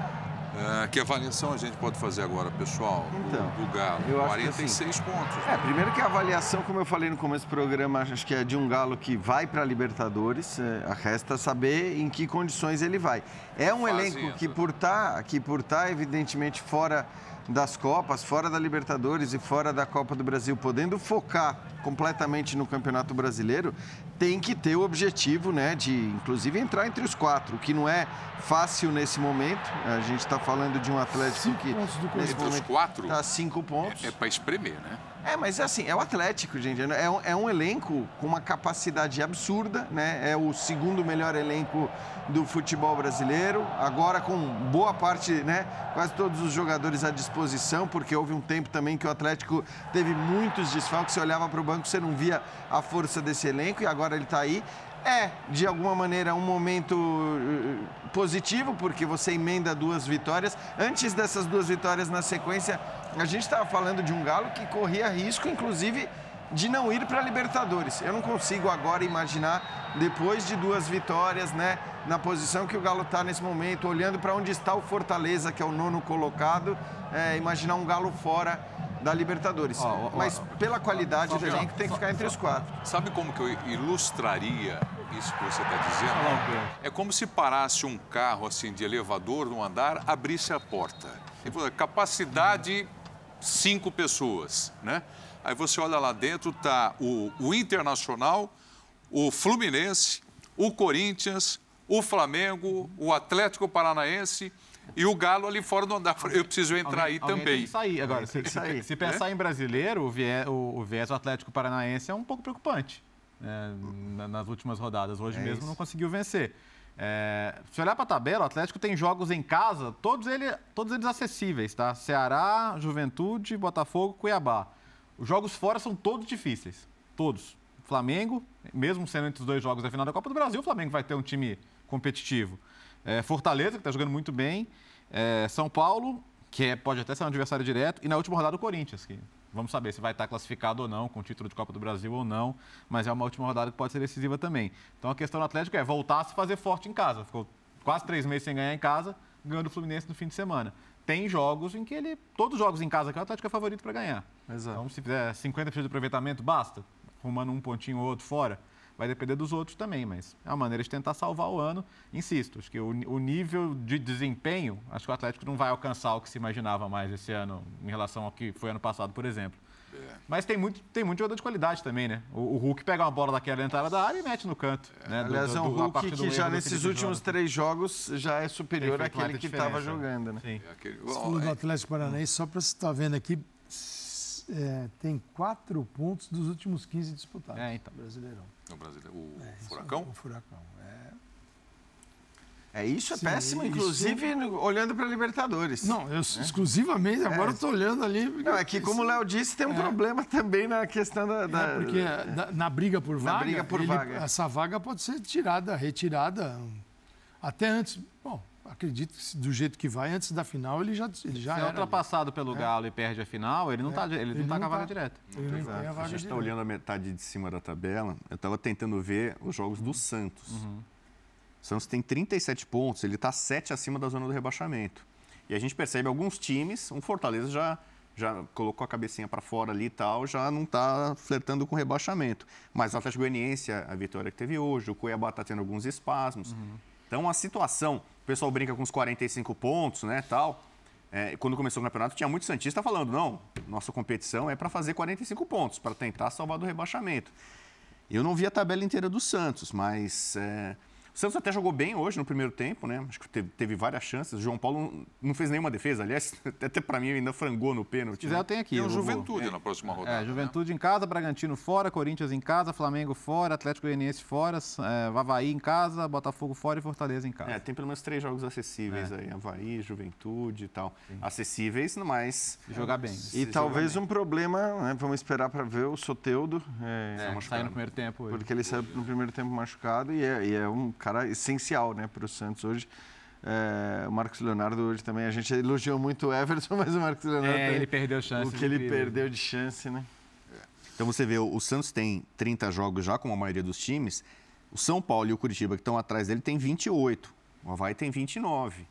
É, que avaliação a gente pode fazer agora, pessoal, Então, do, do Galo? eu acho que quarenta e seis assim, pontos. É, primeiro que a avaliação, como eu falei no começo do programa, acho que é de um Galo que vai para a Libertadores, é, resta saber em que condições ele vai. É um Fazendo. elenco que por estar, que por estar evidentemente fora das Copas, fora da Libertadores e fora da Copa do Brasil, podendo focar completamente no Campeonato Brasileiro, tem que ter o objetivo, né, de inclusive entrar entre os quatro, o que não é fácil nesse momento. A gente está falando de um Atlético Cinco que pontos do nesse Entre os momento quatro? está a cinco pontos. É, é para espremer, né? É, mas assim, é o Atlético, gente. É um, é um elenco com uma capacidade absurda, né? É o segundo melhor elenco do futebol brasileiro. Agora com boa parte, né? Quase todos os jogadores à disposição, porque houve um tempo também que o Atlético teve muitos desfalques. Você olhava para o banco, você não via a força desse elenco e agora ele está aí. É, de alguma maneira, um momento positivo, porque você emenda duas vitórias. Antes dessas duas vitórias na sequência, a gente estava falando de um Galo que corria risco, inclusive, de não ir para a Libertadores. Eu não consigo agora imaginar, depois de duas vitórias, né, na posição que o Galo está nesse momento, olhando para onde está o Fortaleza, que é o nono colocado, é, imaginar um Galo fora da Libertadores. Ó, ó, Mas pela qualidade só- do elenco tem que ficar entre os quatro. Sabe como que eu ilustraria isso que você está dizendo? É como se parasse um carro assim de elevador num andar, abrisse a porta. Ele falou, capacidade cinco pessoas, né? Aí você olha lá dentro, tá o, o Internacional, o Fluminense, o Corinthians, o Flamengo, o Atlético Paranaense e o Galo ali fora do andar. Eu preciso entrar aí Alguém- alguém também. Tem que sair. Agora, se, tem que se- sair. se pensar em brasileiro, o viés, o, o viés do Atlético Paranaense é um pouco preocupante, né, na- nas últimas rodadas. Hoje É mesmo isso. não conseguiu vencer. É, se olhar para a tabela, o Atlético tem jogos em casa, todos, ele, todos eles acessíveis, tá? Ceará, Juventude, Botafogo, Cuiabá. Os jogos fora são todos difíceis. Todos. Flamengo, mesmo sendo entre os dois jogos da final da Copa do Brasil, o Flamengo vai ter um time competitivo. É, Fortaleza, que está jogando muito bem. É, São Paulo, que é- pode até ser um adversário direto. E na última rodada, o Corinthians, que vamos saber se vai estar classificado ou não, com o título de Copa do Brasil ou não. Mas é uma última rodada que pode ser decisiva também. Então a questão do Atlético é voltar a se fazer forte em casa. Ficou quase três meses sem ganhar em casa, ganhando o Fluminense no fim de semana. Tem jogos em que ele. Todos os jogos em casa que o Atlético é favorito para ganhar. Exato. Então, se fizer cinquenta por cento de aproveitamento, basta. Arrumando um pontinho ou outro fora. Vai depender dos outros também, mas é uma maneira de tentar salvar o ano. Insisto, acho que o, o nível de desempenho, acho que o Atlético não vai alcançar o que se imaginava mais esse ano em relação ao que foi ano passado, por exemplo. Mas tem muito, tem muito jogador de qualidade também, né? O, o Hulk pega uma bola daquela entrada da área e mete no canto. Né? Do- Aliás, é do- um do- a Hulk partir do que erro já do nesses Felipe últimos Jonathan. três jogos já é Tem superior feito àquele muita que estava diferença. jogando, né? Sim. É aquele- Você falou do Atlético Paranaense, só para você estar vendo aqui, s- é, tem quatro pontos dos últimos quinze disputados. É, então. Brasileirão. No Brasileiro, o É, isso Furacão? é O Furacão. É. É, isso é Sim, péssimo, isso- inclusive no- olhando para a Libertadores. Não, eu exclusivamente, agora eu estou olhando ali. porque- Não, é que como o Léo disse, tem um problema também na questão da... da- É, porque na, na briga por vaga, briga por ele- vaga. essa vaga pode ser tirada, retirada até antes. Bom, acredito que se- do jeito que vai, antes da final, ele já, ele já Se é era. ultrapassado pelo Galo e perde a final, ele não está ele Ele não tá não com a vaga tá. direta. Ele nem Exato. tem a A vaga gente está direta. olhando a metade de cima da tabela. Eu estava tentando ver os jogos do Santos. O Santos tem trinta e sete pontos, ele está sete acima da zona do rebaixamento. E a gente percebe alguns times, um Fortaleza já, já colocou a cabecinha para fora ali e tal, já não está flertando com rebaixamento. Mas o Atlético Goianiense, a a vitória que teve hoje, o Cuiabá está tendo alguns espasmos. Então a situação, o pessoal brinca com os quarenta e cinco pontos, né, tal. É, quando começou o campeonato, tinha muito santista falando, não, nossa competição é para fazer quarenta e cinco pontos, para tentar salvar do rebaixamento. Eu não vi a tabela inteira do Santos, mas é, o Santos até jogou bem hoje no primeiro tempo, né? Acho que teve, teve várias chances. O João Paulo não, não fez nenhuma defesa, aliás, até para mim ainda frangou no pênalti. Se quiser, né? eu tenho aqui. Tem o eu vou- Juventude na próxima rodada. É, Juventude em casa, Bragantino fora, Corinthians em casa, Flamengo fora, Atlético Goianiense fora, é, Avaí em casa, Botafogo fora e Fortaleza em casa. É, tem pelo menos três jogos acessíveis aí, Avaí, Juventude e tal. Acessíveis, mas... Se jogar bem. E talvez um problema, né, vamos esperar para ver o Soteudo, é, É, sair no primeiro tempo hoje. porque ele saiu no primeiro tempo machucado e é, e é um cara essencial, né, para o Santos hoje. É, o Marcos Leonardo hoje também, a gente elogiou muito o Everton, mas o Marcos Leonardo É, tem- ele perdeu chance. o que ele perdeu de chance, né? Então você vê, o o Santos tem trinta jogos já, como a maioria dos times. O São Paulo e o Curitiba, que estão atrás dele, tem vinte e oito. O Avaí tem vinte e nove.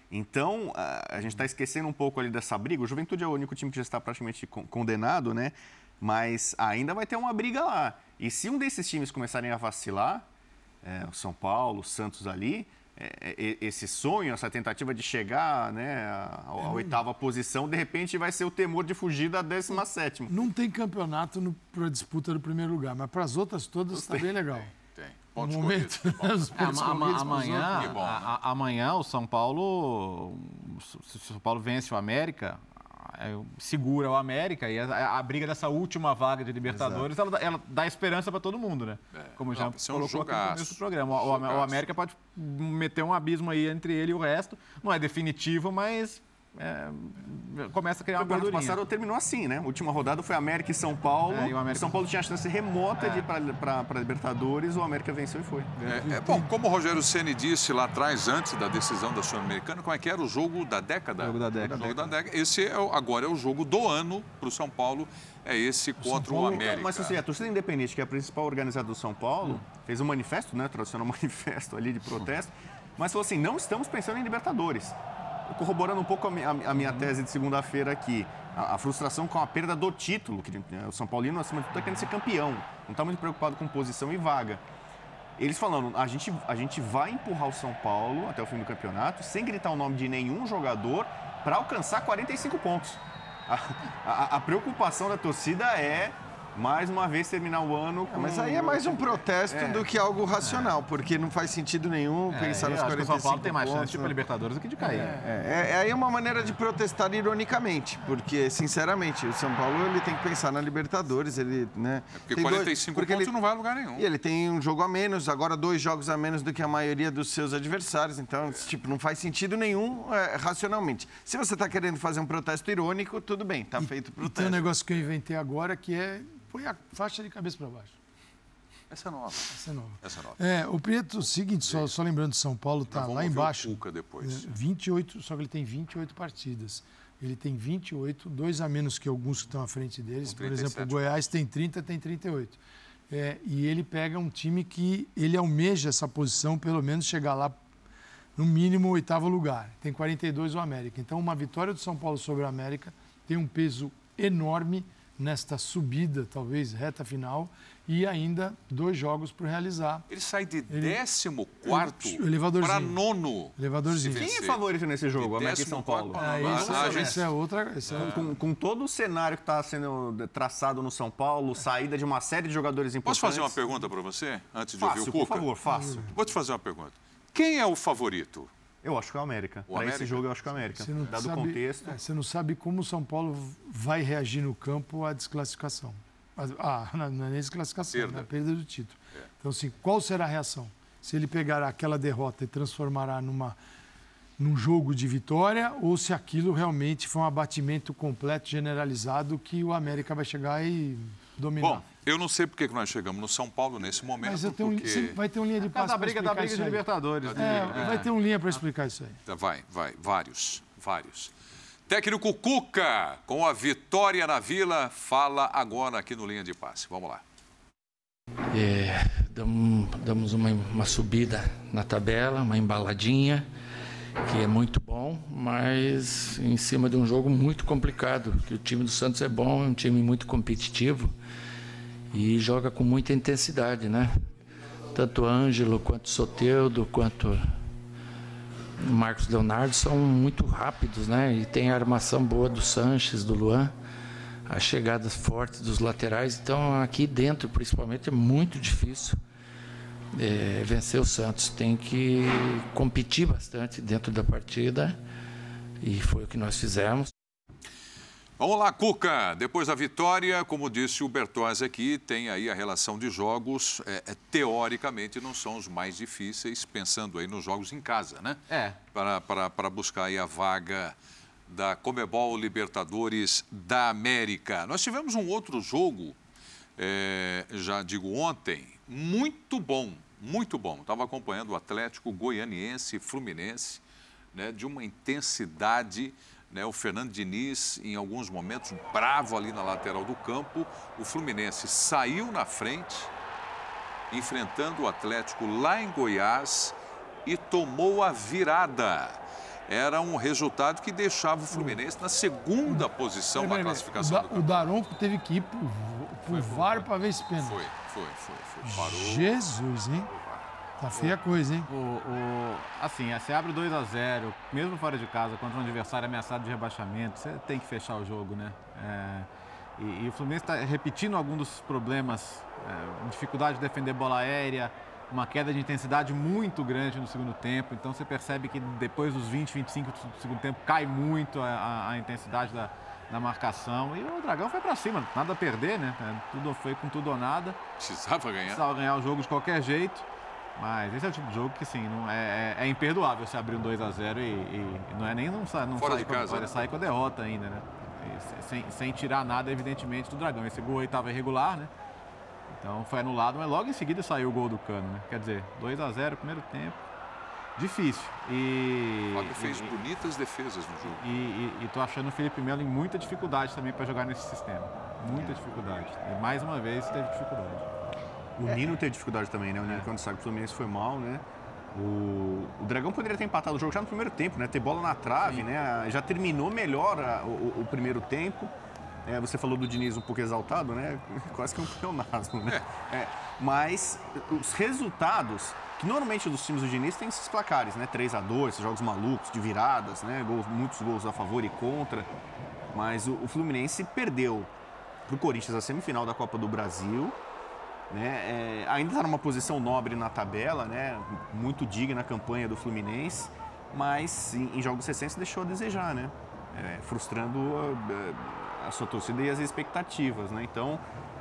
Então, a, a gente está esquecendo um pouco ali dessa briga. O Juventude é o único time que já está praticamente con- condenado, né? Mas ainda vai ter uma briga lá. E se um desses times começarem a vacilar, é, o São Paulo, o Santos ali, é, esse sonho, essa tentativa de chegar, né, à, à oitava posição, de repente vai ser o temor de fugir da décima sétima. Não tem campeonato para a disputa do primeiro lugar, mas para as outras todas está bem legal. Tem. Pontos No momento, corridos. os É, pontos ama- ama- corridos pros amanhã, outros. Que bom, né? a- a- amanhã o São Paulo, se o São Paulo vence o América, é, segura o América e a, a briga dessa última vaga de Libertadores, ela, dá- ela dá esperança para todo mundo, né? É. Como já Não, isso é um colocou aqui no jogaço. começo do programa. O, o, o Jogaço. América pode meter um abismo aí entre ele e o resto. Não é definitivo, mas é, começa a criar O uma campeonato gordurinha. passado terminou assim, né? A última rodada foi América e São Paulo. É, e o o, América- São Paulo tinha a chance remota de ir para a Libertadores, o América venceu e foi. É, é, bom, como o Rogério Ceni disse lá atrás, antes da decisão da Sul-Americana, como é que era o jogo da década? Jogo da década. O jogo da década. Esse é, o- agora é o jogo do ano para o São Paulo, é esse contra o, Paulo- América. Mas assim, a torcida independente, que é a principal organizada do São Paulo, fez um manifesto, né? Tradicional manifesto ali de protesto, mas falou assim: não estamos pensando em Libertadores. Corroborando um pouco a mi- a, a minha tese de segunda-feira aqui, a, a frustração com a perda do título, que né, o São Paulino, acima de tudo, está querendo ser campeão, não está muito preocupado com posição e vaga. Eles falando, a gente, a gente vai empurrar o São Paulo até o fim do campeonato, sem gritar o nome de nenhum jogador, para alcançar quarenta e cinco pontos. A, a, a preocupação da torcida é, mais uma vez, terminar o ano com... Mas aí é mais um protesto É. do que algo racional, porque não faz sentido nenhum É, pensar eu nos acho que quarenta o e São cinco Paulo tem mais chance pontos, de ir né? para Libertadores do que de cair. É, é, aí é uma maneira de protestar ironicamente, porque, sinceramente, o São Paulo ele tem que pensar na Libertadores, ele, né? Porque tem quarenta e dois- cinco porque pontos ele, não vai a lugar nenhum. e ele tem um jogo a menos, agora dois jogos a menos do que a maioria dos seus adversários, então, tipo, não faz sentido nenhum é, racionalmente. Se você está querendo fazer um protesto irônico, tudo bem, tá feito o E tem um protesto. negócio que eu inventei agora que é põe a faixa de cabeça para baixo. Essa é nova. Essa é nova. Essa é nova. É, o Prieto, o seguinte, só, só lembrando, São Paulo está Nós vamos lá ouvir embaixo. o Cuca depois. É, vinte e oito, só que ele tem vinte e oito partidas. Ele tem vinte e oito, dois a menos que alguns que estão à frente deles. Com Por exemplo, trinta e sete o Goiás tem trinta, tem trinta e oito. É, e ele pega um time que ele almeja essa posição, pelo menos chegar lá no mínimo oitavo lugar. Tem quarenta e dois o América. Então, uma vitória do São Paulo sobre o América tem um peso enorme nesta subida, talvez reta final, e ainda dois jogos para realizar. Ele sai de décimo quarto O elevadorzinho. para nono. Elevadorzinho. Se Quem é vencer. favorito nesse jogo? De América e décimo São Paulo. quarto Ah, Ah, isso, a é, gente- isso é outra. Isso é Com, com todo o cenário que está sendo traçado no São Paulo, saída de uma série de jogadores importantes... Posso fazer uma pergunta para você, antes de Fácil, ouvir o por Cuca? favor, fácil. Vou te fazer uma pergunta. Quem é o favorito? Eu acho que é o América. O Para América? esse jogo, eu acho que é o América. Você não Dado sabe, o contexto... é, você não sabe como o São Paulo vai reagir no campo à desclassificação. Ah, não não é nem desclassificação, Perda. é a perda do título. Então, assim, qual será a reação? Se ele pegará aquela derrota e transformará numa, num jogo de vitória, ou se aquilo realmente foi um abatimento completo, generalizado, que o América vai chegar e dominar. Bom, eu não sei porque que nós chegamos no São Paulo nesse momento, Mas eu tenho, um- porque... sempre vai ter um linha de Por causa passe da briga, para da explicar briga isso de aí. Libertadores. É, né? vai ter um linha para explicar isso aí. Vai, vai, vários, vários. Técnico Cuca, com a vitória na Vila, fala agora aqui no Linha de Passe. Vamos lá. É, damos damos uma, uma subida na tabela, uma embaladinha, que é muito bom, mas em cima de um jogo muito complicado, que o time do Santos é bom, é um time muito competitivo e joga com muita intensidade, né? Tanto o Ângelo, quanto o Soteldo, quanto o Marcos Leonardo são muito rápidos, né? E tem a armação boa do Sanches, do Luan, as chegadas fortes dos laterais. Então, aqui dentro, principalmente, é muito difícil é, vencer o Santos. Tem que competir bastante dentro da partida e foi o que nós fizemos. Vamos lá, Cuca. Depois da vitória, como disse o Bertozzi aqui, tem aí a relação de jogos, é, é, teoricamente não são os mais difíceis, pensando aí nos jogos em casa, né? É. Para, para, para buscar aí a vaga da Conmebol Libertadores da América. Nós tivemos um outro jogo, é, já digo ontem, muito bom, muito bom. Estava acompanhando o Atlético Goianiense e Fluminense, né, de uma intensidade... Né, o Fernando Diniz, em alguns momentos, bravo ali na lateral do campo. O Fluminense saiu na frente, enfrentando o Atlético lá em Goiás e tomou a virada. era um resultado que deixava o Fluminense na segunda posição Peraí, na peraí, classificação o, do da, o Daronco teve que ir pro, pro V A R para ver esse pênalti. Foi, foi, foi, foi. Parou. Jesus, hein? Tá feia a coisa, hein? O, o, assim, você abre dois a zero, mesmo fora de casa, contra um adversário ameaçado de rebaixamento, você tem que fechar o jogo, né? É, e, e o Fluminense está repetindo alguns dos problemas, é, dificuldade de defender bola aérea, uma queda de intensidade muito grande no segundo tempo. Então você percebe que depois dos vinte, vinte e cinco do segundo tempo cai muito a, a, a intensidade da, da marcação. E o Dragão foi para cima, nada a perder, né? Tudo foi com tudo ou nada. Precisava ganhar. Precisava ganhar o jogo de qualquer jeito. Mas esse é o tipo de jogo que, assim, não é, é, é imperdoável você abrir um dois a zero e, e não é nem não, sa, não Fora sair, de com, casa, né? sair com a derrota ainda, né? E, sem, sem tirar nada, evidentemente, do Dragão. Esse gol aí estava irregular, né? Então foi anulado, mas logo em seguida saiu o gol do Cano, né? Quer dizer, dois a zero, primeiro tempo. Difícil. E, O Fábio fez e, bonitas defesas no jogo. E, e, e tô achando o Felipe Melo em muita dificuldade também para jogar nesse sistema. Muita dificuldade. E mais uma vez teve dificuldade. O Nino teve dificuldade também, né? O Nino, é. quando sabe que o Fluminense foi mal, né? O, o Dragão poderia ter empatado o jogo já no primeiro tempo, né? Ter bola na trave, Sim. né? Já terminou melhor a, o, o primeiro tempo. É, você falou do Diniz um pouco exaltado, né? Quase que um pleonasmo, né? É, mas os resultados, que normalmente dos times do Diniz tem esses placares, né? três a dois, esses jogos malucos, de viradas, né? Gols, muitos gols a favor e contra. Mas o, o Fluminense perdeu para o Corinthians a semifinal da Copa do Brasil. Né? É, ainda está numa posição nobre na tabela, né? Muito digna a campanha do Fluminense, mas em, em jogos recentes deixou a desejar, né? É, frustrando a, a sua torcida e as expectativas, né? Então,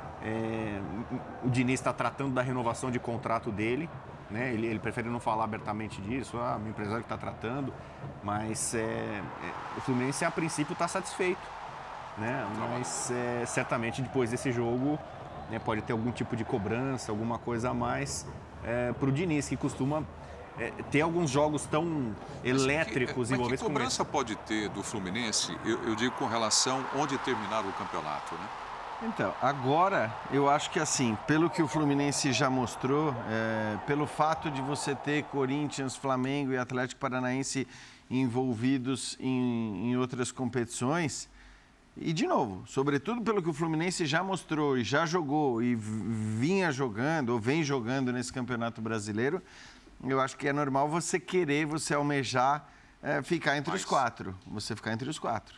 é, o Diniz está tratando da renovação de contrato dele, né? Ele, ele prefere não falar abertamente disso, ah, meu empresário que está tratando, mas é, é, o Fluminense a princípio está satisfeito, né? Mas é, certamente depois desse jogo, né, pode ter algum tipo de cobrança, alguma coisa a mais é, para o Diniz, que costuma é, ter alguns jogos tão elétricos e envolvidos. Mas que cobrança pode ter do Fluminense, eu, eu digo com relação onde terminar o campeonato, né? Então, agora, eu acho que assim, pelo que o Fluminense já mostrou, é, pelo fato de você ter Corinthians, Flamengo e Atlético Paranaense envolvidos em, em outras competições, e, de novo, sobretudo pelo que o Fluminense já mostrou e já jogou e vinha jogando, ou vem jogando nesse Campeonato Brasileiro, eu acho que é normal você querer, você almejar é, ficar entre Mas... os quatro. Você ficar entre os quatro.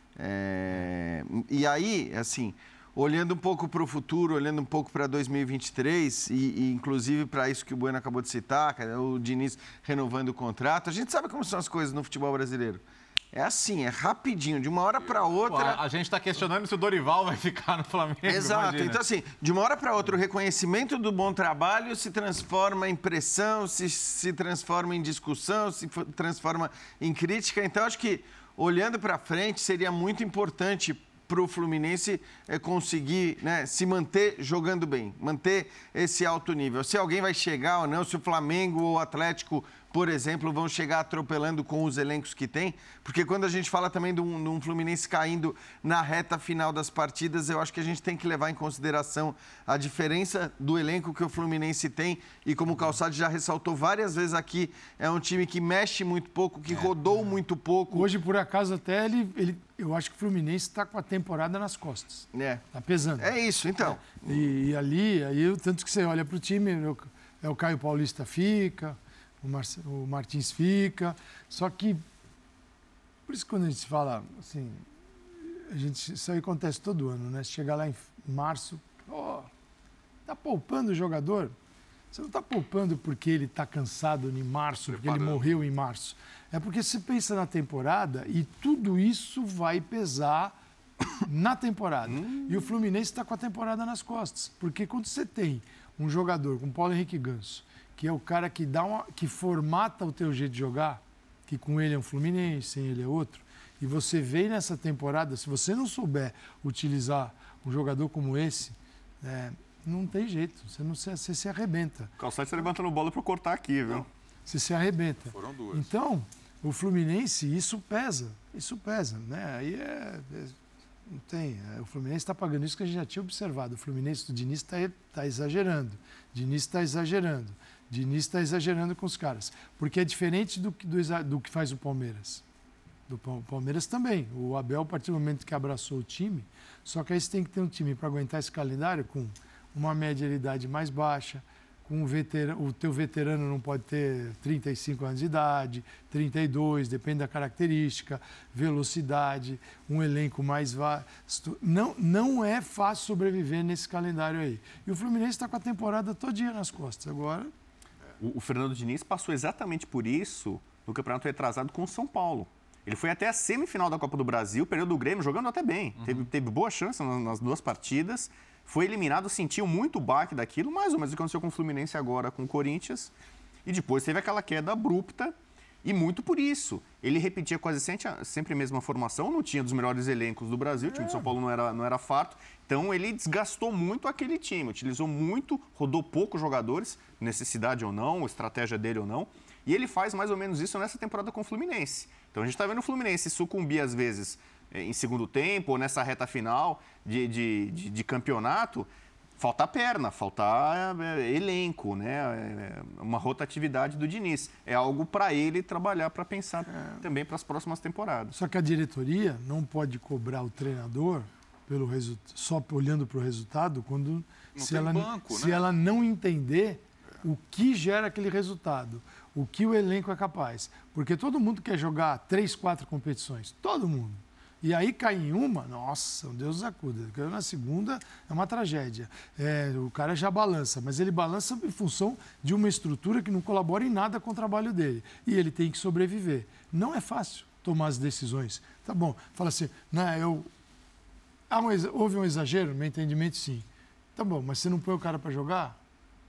É... E aí, assim, olhando um pouco para o futuro, olhando um pouco para dois mil e vinte e três, e, e inclusive para isso que o Bueno acabou de citar, o Diniz renovando o contrato, a gente sabe como são as coisas no futebol brasileiro. É assim, é rapidinho, de uma hora para outra... Pô, a gente está questionando se o Dorival vai ficar no Flamengo. Exato, imagina. Então assim, de uma hora para outra o reconhecimento do bom trabalho se transforma em pressão, se, se transforma em discussão, se transforma em crítica. Então acho que, olhando para frente, seria muito importante para o Fluminense é, conseguir, né, se manter jogando bem, manter esse alto nível. Se alguém vai chegar ou não, se o Flamengo ou o Atlético, por exemplo, vão chegar atropelando com os elencos que tem, porque quando a gente fala também de um, de um Fluminense caindo na reta final das partidas, eu acho que a gente tem que levar em consideração a diferença do elenco que o Fluminense tem e, como o Calçado já ressaltou várias vezes aqui, é um time que mexe muito pouco, que rodou muito pouco. Hoje, por acaso, até ele, ele eu acho que o Fluminense está com a temporada nas costas. É. Está pesando. É isso, então. É. E, e ali, aí, tanto que você olha para o time, é o Caio Paulista fica, o, Mar, o Martins fica, só que, por isso que quando a gente fala, assim, a gente, isso aí acontece todo ano, né? Chegar lá em março, ó, oh, tá poupando o jogador? Você não está poupando porque ele está cansado em março, porque ele morreu em março. É porque você pensa na temporada e tudo isso vai pesar na temporada. Hum. E o Fluminense está com a temporada nas costas. Porque quando você tem um jogador como Paulo Henrique Ganso, que é o cara que, dá uma, que formata o teu jeito de jogar, que com ele é um Fluminense, sem ele é outro, e você vem nessa temporada, se você não souber utilizar um jogador como esse, é, não tem jeito, você, não se, você se arrebenta. O Calçado está levantando bola para cortar aqui, viu? Não, você se arrebenta. Foram duas. Então, o Fluminense, isso pesa, isso pesa, né? Aí é, é não tem, é, o Fluminense está pagando isso que a gente já tinha observado. O Fluminense do Diniz está tá exagerando, o Diniz está exagerando. Diniz está exagerando com os caras. Porque é diferente do, do, do que faz o Palmeiras. Do Palmeiras também. O Abel, a partir do momento que abraçou o time, só que aí você tem que ter um time para aguentar esse calendário com uma média de idade mais baixa, com um veterano, o teu veterano não pode ter trinta e cinco anos de idade, trinta e dois, depende da característica, velocidade, um elenco mais vasto. Não, não é fácil sobreviver nesse calendário aí. E o Fluminense está com a temporada todinha nas costas. Agora... O, o Fernando Diniz passou exatamente por isso no Campeonato Retrasado com o São Paulo. Ele foi até a semifinal da Copa do Brasil, perdeu do Grêmio, jogando até bem. Uhum. Teve, teve boa chance nas, nas duas partidas. Foi eliminado, sentiu muito o baque daquilo, mais ou menos o que aconteceu com o Fluminense agora, com o Corinthians. E depois teve aquela queda abrupta, e muito por isso. Ele repetia quase sempre, sempre a mesma formação, não tinha dos melhores elencos do Brasil, o time de São Paulo não era, não era farto. Então ele desgastou muito aquele time, utilizou muito, rodou poucos jogadores, necessidade ou não, estratégia dele ou não. E ele faz mais ou menos isso nessa temporada com o Fluminense. Então a gente está vendo o Fluminense sucumbir às vezes em segundo tempo ou nessa reta final de, de, de, de campeonato, faltar perna, faltar é, elenco, né? É, uma rotatividade do Diniz. É algo para ele trabalhar, para pensar é. também para as próximas temporadas. Só que a diretoria não pode cobrar o treinador pelo resu... só olhando para o resultado quando não se, tem ela, banco, se né? ela não entender o que gera aquele resultado, o que o elenco é capaz. Porque todo mundo quer jogar três, quatro competições. Todo mundo. E aí cai em uma, nossa, Deus nos acuda. Caiu na segunda, é uma tragédia. É, o cara já balança, mas ele balança em função de uma estrutura que não colabora em nada com o trabalho dele. E ele tem que sobreviver. Não é fácil tomar as decisões. Tá bom, fala assim, né, eu... Ah, um, houve um exagero? No meu entendimento, sim. Tá bom, mas você não põe o cara para jogar?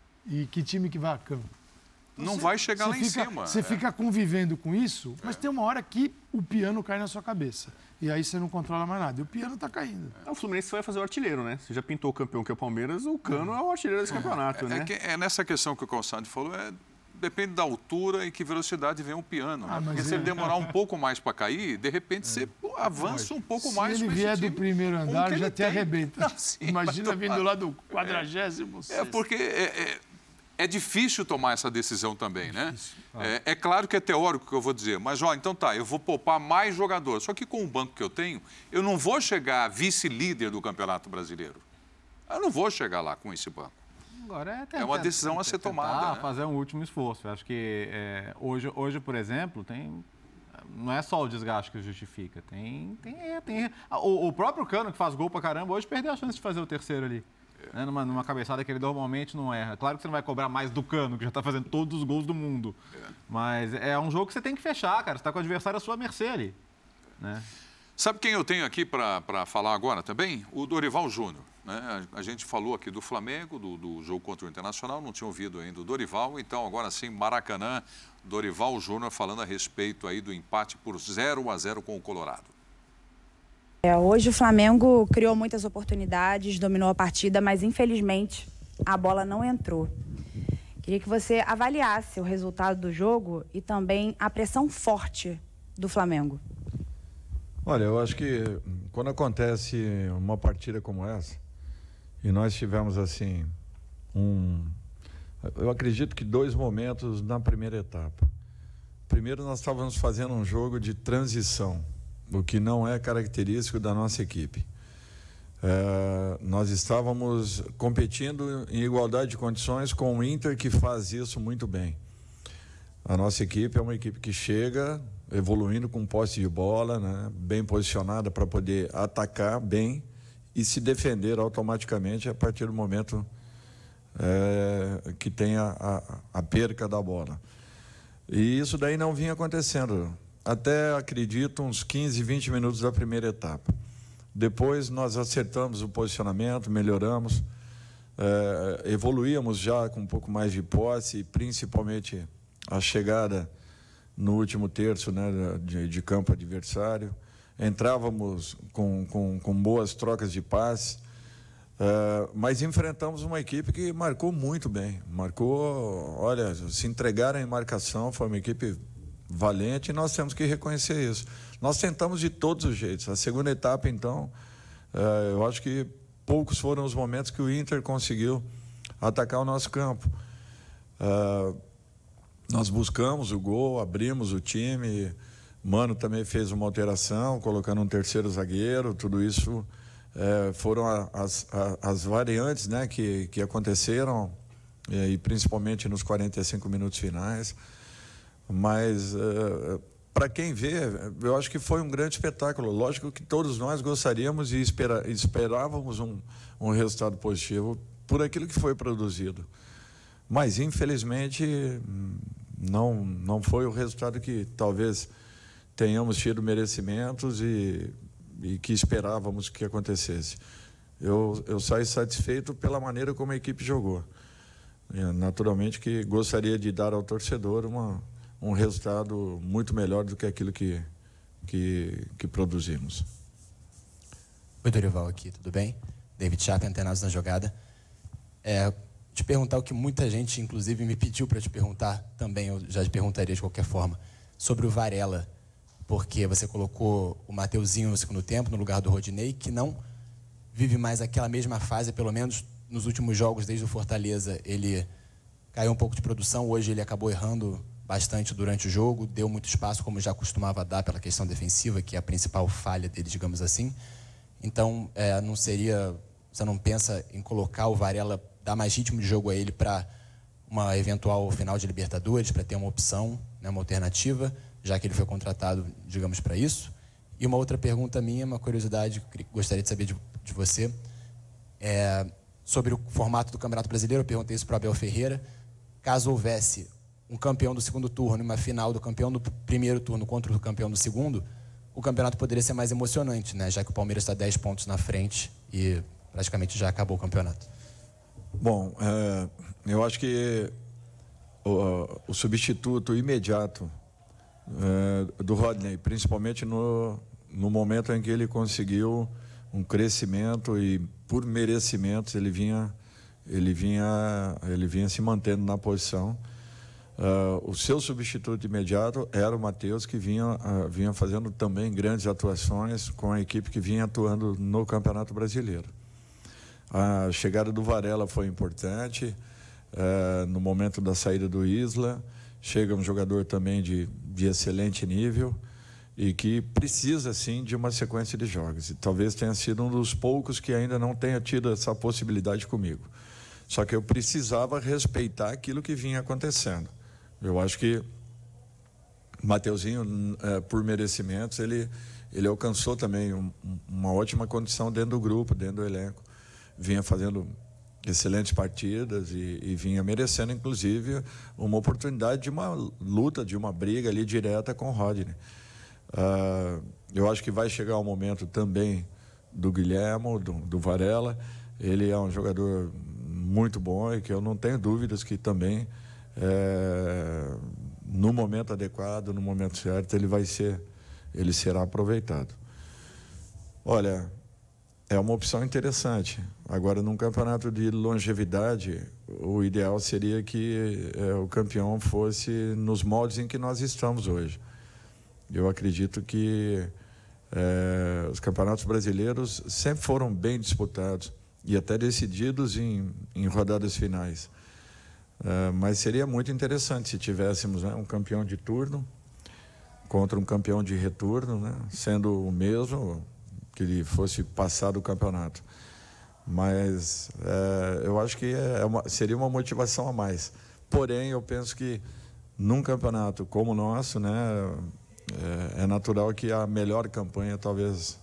E que time que vai a campo? Não Você, vai chegar lá fica, em cima. Você é. fica convivendo com isso, mas é. tem uma hora que o piano cai na sua cabeça. E aí você não controla mais nada. E o piano está caindo. É. O Fluminense vai fazer o artilheiro, né? Você já pintou o campeão que é o Palmeiras, o Cano é o artilheiro desse campeonato, é, né? É, que, é nessa questão que o Constante falou, é, depende da altura e que velocidade vem o piano. Ah, né? Porque é. se ele demorar um pouco mais para cair, de repente você pô, avança um pouco se mais. Se ele vier do primeiro andar, já te tem. arrebenta. Não, sim, imagina vindo lá do quadragésimo. É, é porque... É, é, É difícil tomar essa decisão também, né? Ah. É, é claro que é teórico que eu vou dizer, mas, ó, então tá, eu vou poupar mais jogadores. Só que com o banco que eu tenho, eu não vou chegar a vice-líder do Campeonato Brasileiro. Eu não vou chegar lá com esse banco. Agora é, tentar, é uma decisão tentar, a ser tomada. Né? Fazer um último esforço. Eu acho que é, hoje, hoje, por exemplo, tem... Não é só o desgaste que justifica. Tem, tem, tem... O, o próprio Cano, que faz gol pra caramba, hoje perdeu a chance de fazer o terceiro ali. É. Numa, numa cabeçada que ele normalmente não erra. Claro que você não vai cobrar mais do Cano, que já está fazendo todos os gols do mundo. É. Mas é um jogo que você tem que fechar, cara. Você está com o adversário à sua mercê ali. Né? Sabe quem eu tenho aqui para falar agora também? O Dorival Júnior. Né? A, a gente falou aqui do Flamengo, do, do jogo contra o Internacional, não tinha ouvido ainda o Dorival. Então, agora sim, Maracanã, Dorival Júnior falando a respeito aí do empate por zero a zero com o Colorado. É, hoje o Flamengo criou muitas oportunidades, dominou a partida, mas infelizmente a bola não entrou. Queria que você avaliasse o resultado do jogo e também a pressão forte do Flamengo. Olha, eu acho que quando acontece uma partida como essa, e nós tivemos assim, um, eu acredito que dois momentos na primeira etapa. Primeiro, nós estávamos fazendo um jogo de transição, o que não é característico da nossa equipe. É, nós estávamos competindo em igualdade de condições com o Inter, que faz isso muito bem. A nossa equipe é uma equipe que chega evoluindo com posse de bola, né, bem posicionada para poder atacar bem e se defender automaticamente a partir do momento é, que tem a, a, a perca da bola. E isso daí não vinha acontecendo. Até, acredito, uns quinze, vinte minutos da primeira etapa. Depois nós acertamos o posicionamento, melhoramos, é, evoluíamos já com um pouco mais de posse, principalmente a chegada no último terço, né, de, de campo adversário. Entrávamos com, com, com boas trocas de passe, é, mas enfrentamos uma equipe que marcou muito bem. Marcou, olha, se entregaram em marcação, foi uma equipe valente e nós temos que reconhecer isso. Nós tentamos de todos os jeitos. A segunda etapa, então, é, eu acho que poucos foram os momentos que o Inter conseguiu atacar o nosso campo. Uh, nós buscamos o gol, abrimos o time. Mano também fez uma alteração, colocando um terceiro zagueiro. Tudo isso é, foram a, as, a, as variantes, né, que, que aconteceram, e, e principalmente nos quarenta e cinco minutos finais. Mas, uh, para quem vê, eu acho que foi um grande espetáculo. Lógico que todos nós gostaríamos e espera, esperávamos um, um resultado positivo por aquilo que foi produzido. Mas, infelizmente, não, não foi o resultado que talvez tenhamos tido merecimentos e, e que esperávamos que acontecesse. Eu, eu saí satisfeito pela maneira como a equipe jogou. E, naturalmente que gostaria de dar ao torcedor uma, um resultado muito melhor do que aquilo que, que, que produzimos. Oi, Dorival, aqui, tudo bem? David Chapa, Antenados na Jogada. É, te perguntar o que muita gente, inclusive, me pediu para te perguntar também, eu já te perguntaria de qualquer forma, sobre o Varela, porque você colocou o Mateuzinho no segundo tempo, no lugar do Rodinei, que não vive mais aquela mesma fase, pelo menos nos últimos jogos, desde o Fortaleza, ele caiu um pouco de produção, hoje ele acabou errando bastante durante o jogo, deu muito espaço, como já costumava dar pela questão defensiva, que é a principal falha dele, digamos assim. Então, é, não seria, você não pensa em colocar o Varela, dar mais ritmo de jogo a ele para uma eventual final de Libertadores, para ter uma opção, né, uma alternativa, já que ele foi contratado, digamos, para isso? E uma outra pergunta minha, uma curiosidade que eu gostaria de saber de, de você, é, sobre o formato do Campeonato Brasileiro. Eu perguntei isso para o Abel Ferreira. Caso houvesse um campeão do segundo turno e uma final do campeão do primeiro turno contra o campeão do segundo, o campeonato poderia ser mais emocionante, né? Já que o Palmeiras está dez pontos na frente e praticamente já acabou o campeonato. Bom, é, eu acho que o, o substituto imediato é, do Rodinei, principalmente no, no momento em que ele conseguiu um crescimento e por merecimentos ele vinha, ele vinha, ele vinha se mantendo na posição. Uh, o seu substituto imediato era o Matheus, que vinha, uh, vinha fazendo também grandes atuações com a equipe que vinha atuando no Campeonato Brasileiro. A chegada do Varela foi importante, uh, no momento da saída do Isla. Chega um jogador também de, de excelente nível e que precisa, sim, de uma sequência de jogos. E talvez tenha sido um dos poucos que ainda não tenha tido essa possibilidade comigo. Só que eu precisava respeitar aquilo que vinha acontecendo. Eu acho que o Mateuzinho, é, por merecimentos, ele, ele alcançou também um, uma ótima condição dentro do grupo, dentro do elenco. Vinha fazendo excelentes partidas e, e vinha merecendo, inclusive, uma oportunidade de uma luta, de uma briga ali direta com o Rodinei. Uh, eu acho que vai chegar o momento também do Guilherme, do, do Varela. Ele é um jogador muito bom e que eu não tenho dúvidas que também, é, no momento adequado, no momento certo, ele vai ser, ele será aproveitado. Olha, é uma opção interessante. Agora, num campeonato de longevidade, o ideal seria que é, o campeão fosse nos moldes em que nós estamos hoje. Eu acredito que é, os campeonatos brasileiros sempre foram bem disputados e até decididos em, em rodadas finais. É, mas seria muito interessante se tivéssemos, né, um campeão de turno contra um campeão de retorno, né, sendo o mesmo, que ele fosse passar do campeonato. Mas é, eu acho que é uma, seria uma motivação a mais. Porém, eu penso que num campeonato como o nosso, né, é, é natural que a melhor campanha talvez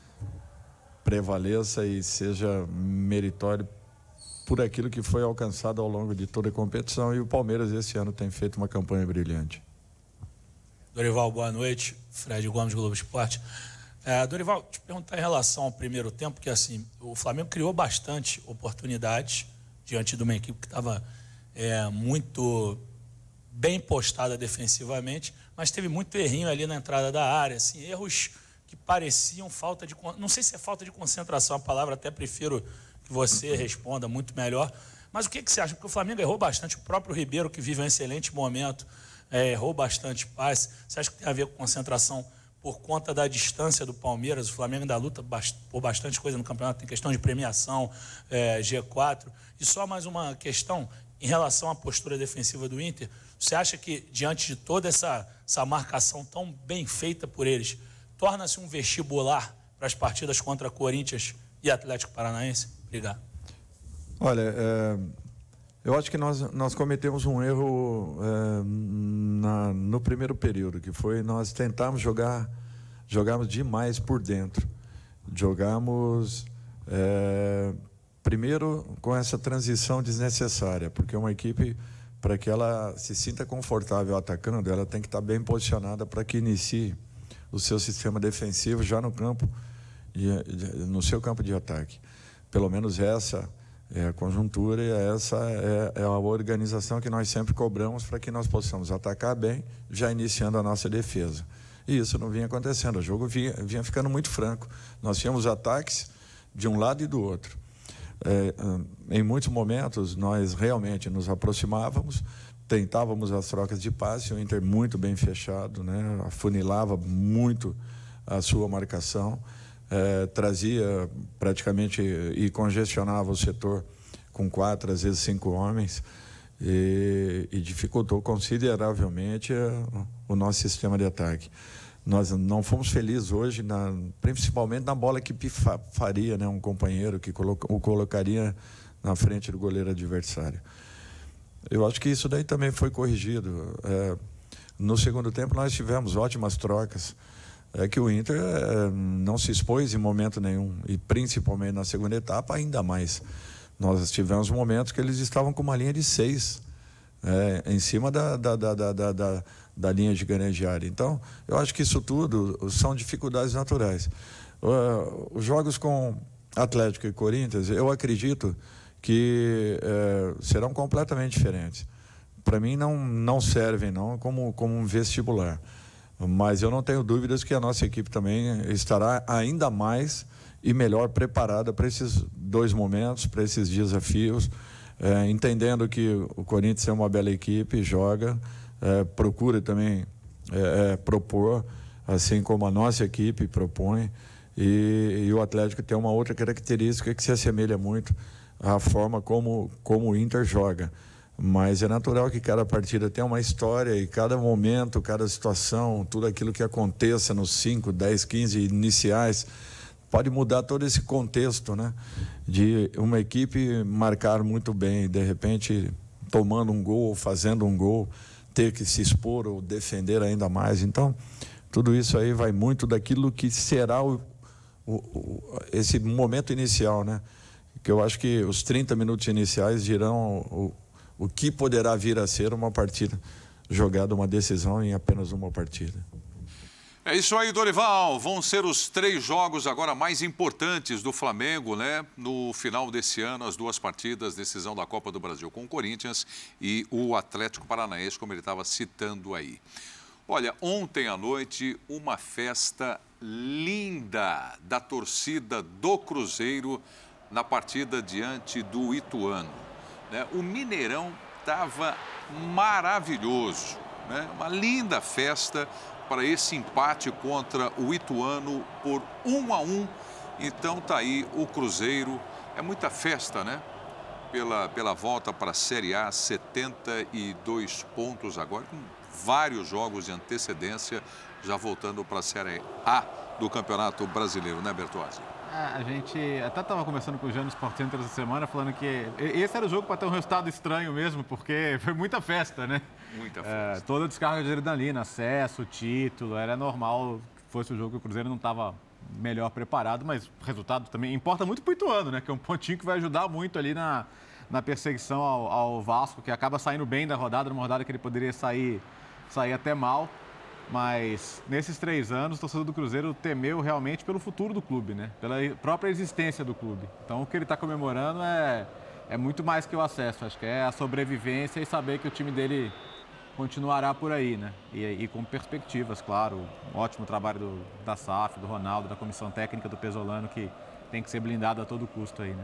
prevaleça e seja meritório por aquilo que foi alcançado ao longo de toda a competição, e o Palmeiras esse ano tem feito uma campanha brilhante. Dorival, boa noite. Fred Gomes, Globo Esporte. É, Dorival, te perguntar em relação ao primeiro tempo, porque assim, o Flamengo criou bastante oportunidades diante de uma equipe que estava é, muito bem postada defensivamente, mas teve muito errinho ali na entrada da área, assim, erros que pareciam falta de... Não sei se é falta de concentração, a palavra até prefiro que você responda muito melhor, mas o que, que você acha? Porque o Flamengo errou bastante, o próprio Ribeiro, que vive um excelente momento, é, errou bastante passe. Você acha que tem a ver com concentração por conta da distância do Palmeiras? O Flamengo ainda luta por bastante coisa no campeonato, tem questão de premiação, é, G quatro. E só mais uma questão, Em relação à postura defensiva do Inter, você acha que, diante de toda essa, essa marcação tão bem feita por eles, torna-se um vestibular para as partidas contra Corinthians e Atlético Paranaense? Obrigado. Olha, é, eu acho que nós, nós cometemos um erro é, na, no primeiro período, que foi nós tentarmos jogar, jogarmos demais por dentro. Jogamos... É, primeiro, com essa transição desnecessária, porque uma equipe, para que ela se sinta confortável atacando, ela tem que estar bem posicionada para que inicie o seu sistema defensivo já no campo, no seu campo de ataque. Pelo menos essa é a conjuntura e essa é a organização que nós sempre cobramos para que nós possamos atacar bem, já iniciando a nossa defesa. E isso não vinha acontecendo, o jogo vinha, vinha ficando muito franco. Nós tínhamos ataques de um lado e do outro. É, em muitos momentos, nós realmente nos aproximávamos, tentávamos as trocas de passe, o Inter muito bem fechado, né? Afunilava muito a sua marcação, é, trazia praticamente e congestionava o setor com quatro, às vezes cinco homens, e, e dificultou consideravelmente o nosso sistema de ataque. Nós não fomos felizes hoje, na, principalmente na bola que pifaria, né, um companheiro que coloca, o colocaria na frente do goleiro adversário. Eu acho que isso daí também foi corrigido. É, no segundo tempo nós tivemos ótimas trocas. É que o Inter é, não se expôs em momento nenhum, e principalmente na segunda etapa ainda mais. Nós tivemos momentos que eles estavam com uma linha de seis, é, em cima da, da, da, da, da, da da linha de grande área. Então, eu acho que isso tudo são dificuldades naturais. Uh, os jogos com Atlético e Corinthians, eu acredito que uh, serão completamente diferentes. Para mim, não, não servem não, como, como um vestibular. Mas eu não tenho dúvidas que a nossa equipe também estará ainda mais e melhor preparada para esses dois momentos, para esses desafios, uh, entendendo que o Corinthians é uma bela equipe, joga, É, procura também é, é, propor, assim como a nossa equipe propõe, e, e o Atlético tem uma outra característica que se assemelha muito à forma como, como o Inter joga. Mas é natural que cada partida tenha uma história e cada momento, cada situação, tudo aquilo que aconteça nos cinco, dez, quinze iniciais, pode mudar todo esse contexto, né? De uma equipe marcar muito bem, de repente tomando um gol, fazendo um gol, ter que se expor ou defender ainda mais. Então, tudo isso aí vai muito daquilo que será o, o, o, esse momento inicial, né? Que eu acho que os trinta minutos iniciais dirão o, o que poderá vir a ser uma partida jogada, uma decisão em apenas uma partida. É isso aí, Dorival. Vão ser os três jogos agora mais importantes do Flamengo, né? No final desse ano, as duas partidas, decisão da Copa do Brasil com o Corinthians e o Atlético Paranaense, como ele estava citando aí. Olha, ontem à noite, uma festa linda da torcida do Cruzeiro na partida diante do Ituano, né? O Mineirão estava maravilhoso, né? Uma linda festa para esse empate contra o Ituano por um a um. Então tá aí o Cruzeiro. É muita festa, né? Pela, pela volta para a Série A, setenta e dois pontos agora, com vários jogos de antecedência, já voltando para a Série A do Campeonato Brasileiro, né, Bertozzi? A gente até estava conversando com o Jânio Sport Center essa semana, falando que esse era o jogo para ter um resultado estranho mesmo, porque foi muita festa, né? Muita festa. É, toda a descarga de adrenalina, acesso, título, era normal que fosse o jogo que o Cruzeiro não estava melhor preparado, mas o resultado também importa muito para o Ituano, né? Que é um pontinho que vai ajudar muito ali na, na perseguição ao, ao Vasco, que acaba saindo bem da rodada, numa rodada que ele poderia sair, sair até mal. Mas nesses três anos, o torcedor do Cruzeiro temeu realmente pelo futuro do clube, né? Pela própria existência do clube. Então, o que ele está comemorando é, é muito mais que o acesso. Acho que é a sobrevivência e saber que o time dele continuará por aí, né? E, e com perspectivas, claro. Um ótimo trabalho do, da S A F, do Ronaldo, da comissão técnica do Pesolano, que tem que ser blindado a todo custo aí, né?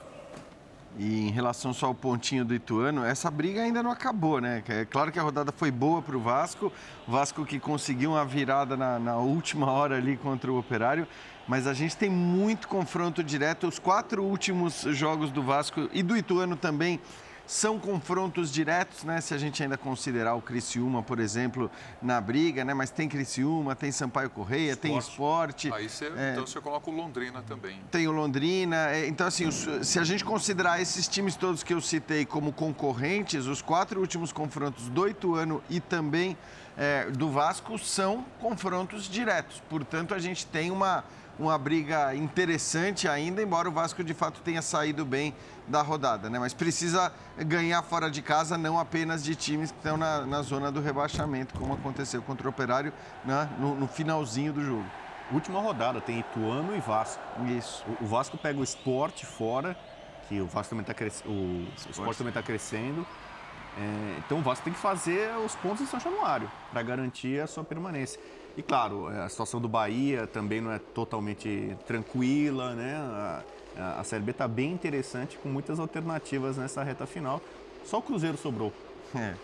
E em relação só ao pontinho do Ituano, essa briga ainda não acabou, né? É claro que a rodada foi boa para o Vasco, o Vasco que conseguiu uma virada na, na última hora ali contra o Operário, mas a gente tem muito confronto direto. Os quatro últimos jogos do Vasco e do Ituano também São confrontos diretos, né? Se a gente ainda considerar o Criciúma, por exemplo, na briga, né? Mas tem Criciúma, tem Sampaio Correia, Esporte. tem Sport. Aí você, é, então você coloca o Londrina também. Tem o Londrina. É, então, assim, os, se a gente considerar esses times todos que eu citei como concorrentes, os quatro últimos confrontos do Ituano e também é, do Vasco são confrontos diretos. Portanto, a gente tem uma, uma briga interessante ainda, embora o Vasco, de fato, tenha saído bem da rodada, né? Mas precisa ganhar fora de casa, não apenas de times que estão na, na zona do rebaixamento, como aconteceu contra o Operário, né? no, no finalzinho do jogo. Última rodada, tem Ituano e Vasco. Isso. O, o Vasco pega o Sport fora, que o Vasco também está crescendo. O, o Sport também está crescendo. É, então o Vasco tem que fazer os pontos em São Januário para garantir a sua permanência. E claro, a situação do Bahia também não é totalmente tranquila, né? A, a Série B está bem interessante, com muitas alternativas nessa reta final. Só o Cruzeiro sobrou. É.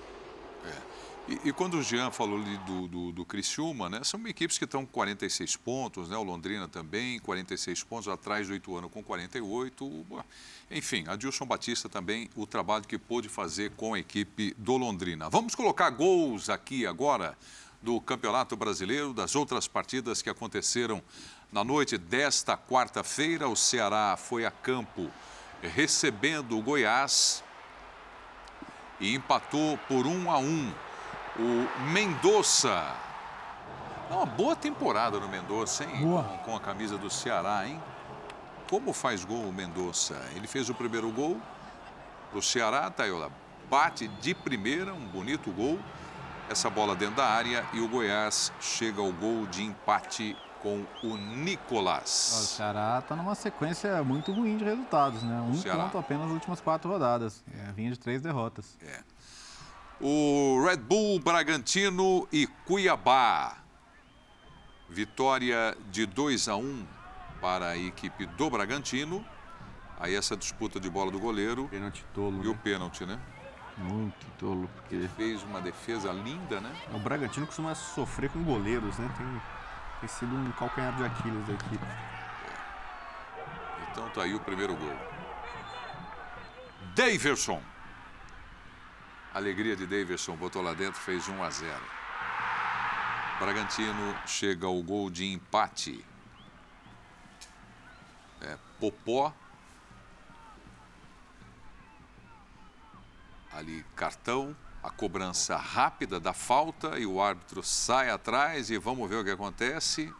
E, e quando o Jean falou ali do, do, do Criciúma, né? São equipes que estão com quarenta e seis pontos, né? O Londrina também, quarenta e seis pontos, atrás do Ituano com quarenta e oito. Enfim, a Adilson Batista também, o trabalho que pôde fazer com a equipe do Londrina. Vamos colocar gols aqui agora do Campeonato Brasileiro, das outras partidas que aconteceram na noite desta quarta-feira. O Ceará foi a campo recebendo o Goiás e empatou por um a um. O Mendonça, uma boa temporada no Mendonça, hein? Boa. Com, com a camisa do Ceará, hein? Como faz gol o Mendonça? Ele fez o primeiro gol do Ceará, tá aí, olha, bate de primeira, um bonito gol. Essa bola dentro da área e o Goiás chega ao gol de empate com o Nicolás. O Ceará está numa sequência muito ruim de resultados, né? Um Ceará. ponto apenas nas últimas quatro rodadas. É, vinha de três derrotas. É. O Red Bull, Bragantino e Cuiabá. Vitória de dois a um para a equipe do Bragantino. Aí essa disputa de bola do goleiro. Pênalti tolo. E né? o pênalti, né? Muito tolo, porque... Ele fez uma defesa linda, né? O Bragantino costuma sofrer com goleiros, né? Tem, tem sido um calcanhar de Aquiles da equipe. Então tá aí o primeiro gol. Daverson. Alegria de Daverson, botou lá dentro, fez um a zero. Bragantino chega ao gol de empate. É, Popó. Ali, cartão, a cobrança rápida da falta e o árbitro sai atrás e vamos ver o que acontece.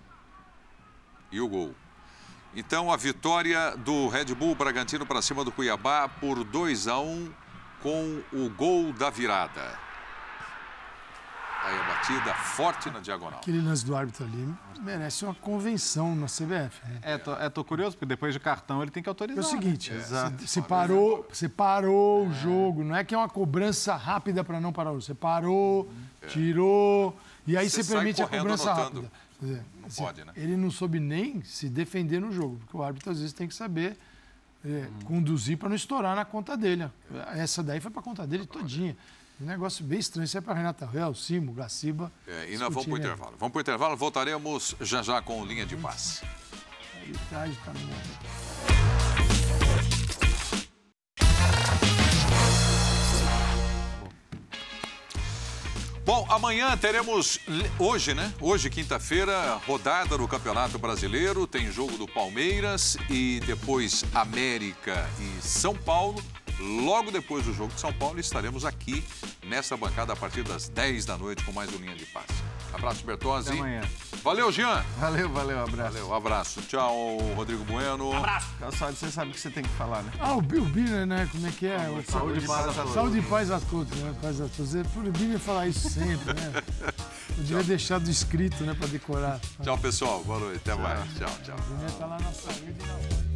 E o gol. Então, a vitória do Red Bull Bragantino para cima do Cuiabá por dois a um com o gol da virada. Aí a batida forte na diagonal. Aquele lance do árbitro ali merece uma convenção na C B F. Né? É, tô, é, tô curioso, porque depois de cartão ele tem que É autorizar. o seguinte, né? você, você parou, você parou o jogo, não é que é uma cobrança rápida para não parar o jogo. Você parou, É. tirou, e aí Você você, sai permite a correndo cobrança anotando. rápida. Quer dizer, Não assim, pode, né? Ele não soube nem se defender no jogo, porque o árbitro às vezes tem que saber é, conduzir para não estourar na conta dele. Essa daí foi para a conta dele todinha. Um negócio bem estranho. Isso é para Renata Real, Simo, Gaciba. É, e nós vamos para o discutirem. intervalo. Vamos para o intervalo, voltaremos já já com linha de passe. Aí, tarde, tá no mundo. Bom, amanhã teremos, hoje, né? Hoje, quinta-feira, rodada no Campeonato Brasileiro. Tem jogo do Palmeiras e depois América e São Paulo. Logo depois do jogo de São Paulo, estaremos aqui nessa bancada a partir das dez da noite com mais um Linha de Passe. Abraço, Bertozzi. Até amanhã. Valeu, Jean. Valeu, valeu, abraço. Valeu, abraço. Tchau, Rodrigo Bueno. Abraço. Calçado, você sabe o que você tem que falar, né? Ah, o Biner, né? Como é que é? O- Saúde e paz a todos. Saúde e paz a todos, né? Paz a todos. O Biner falar isso sempre, né? Eu devia deixar do escrito, né? Pra decorar. Tchau, pessoal. Boa noite. Até mais. Tchau, tchau. O Biner tá lá na saúde e na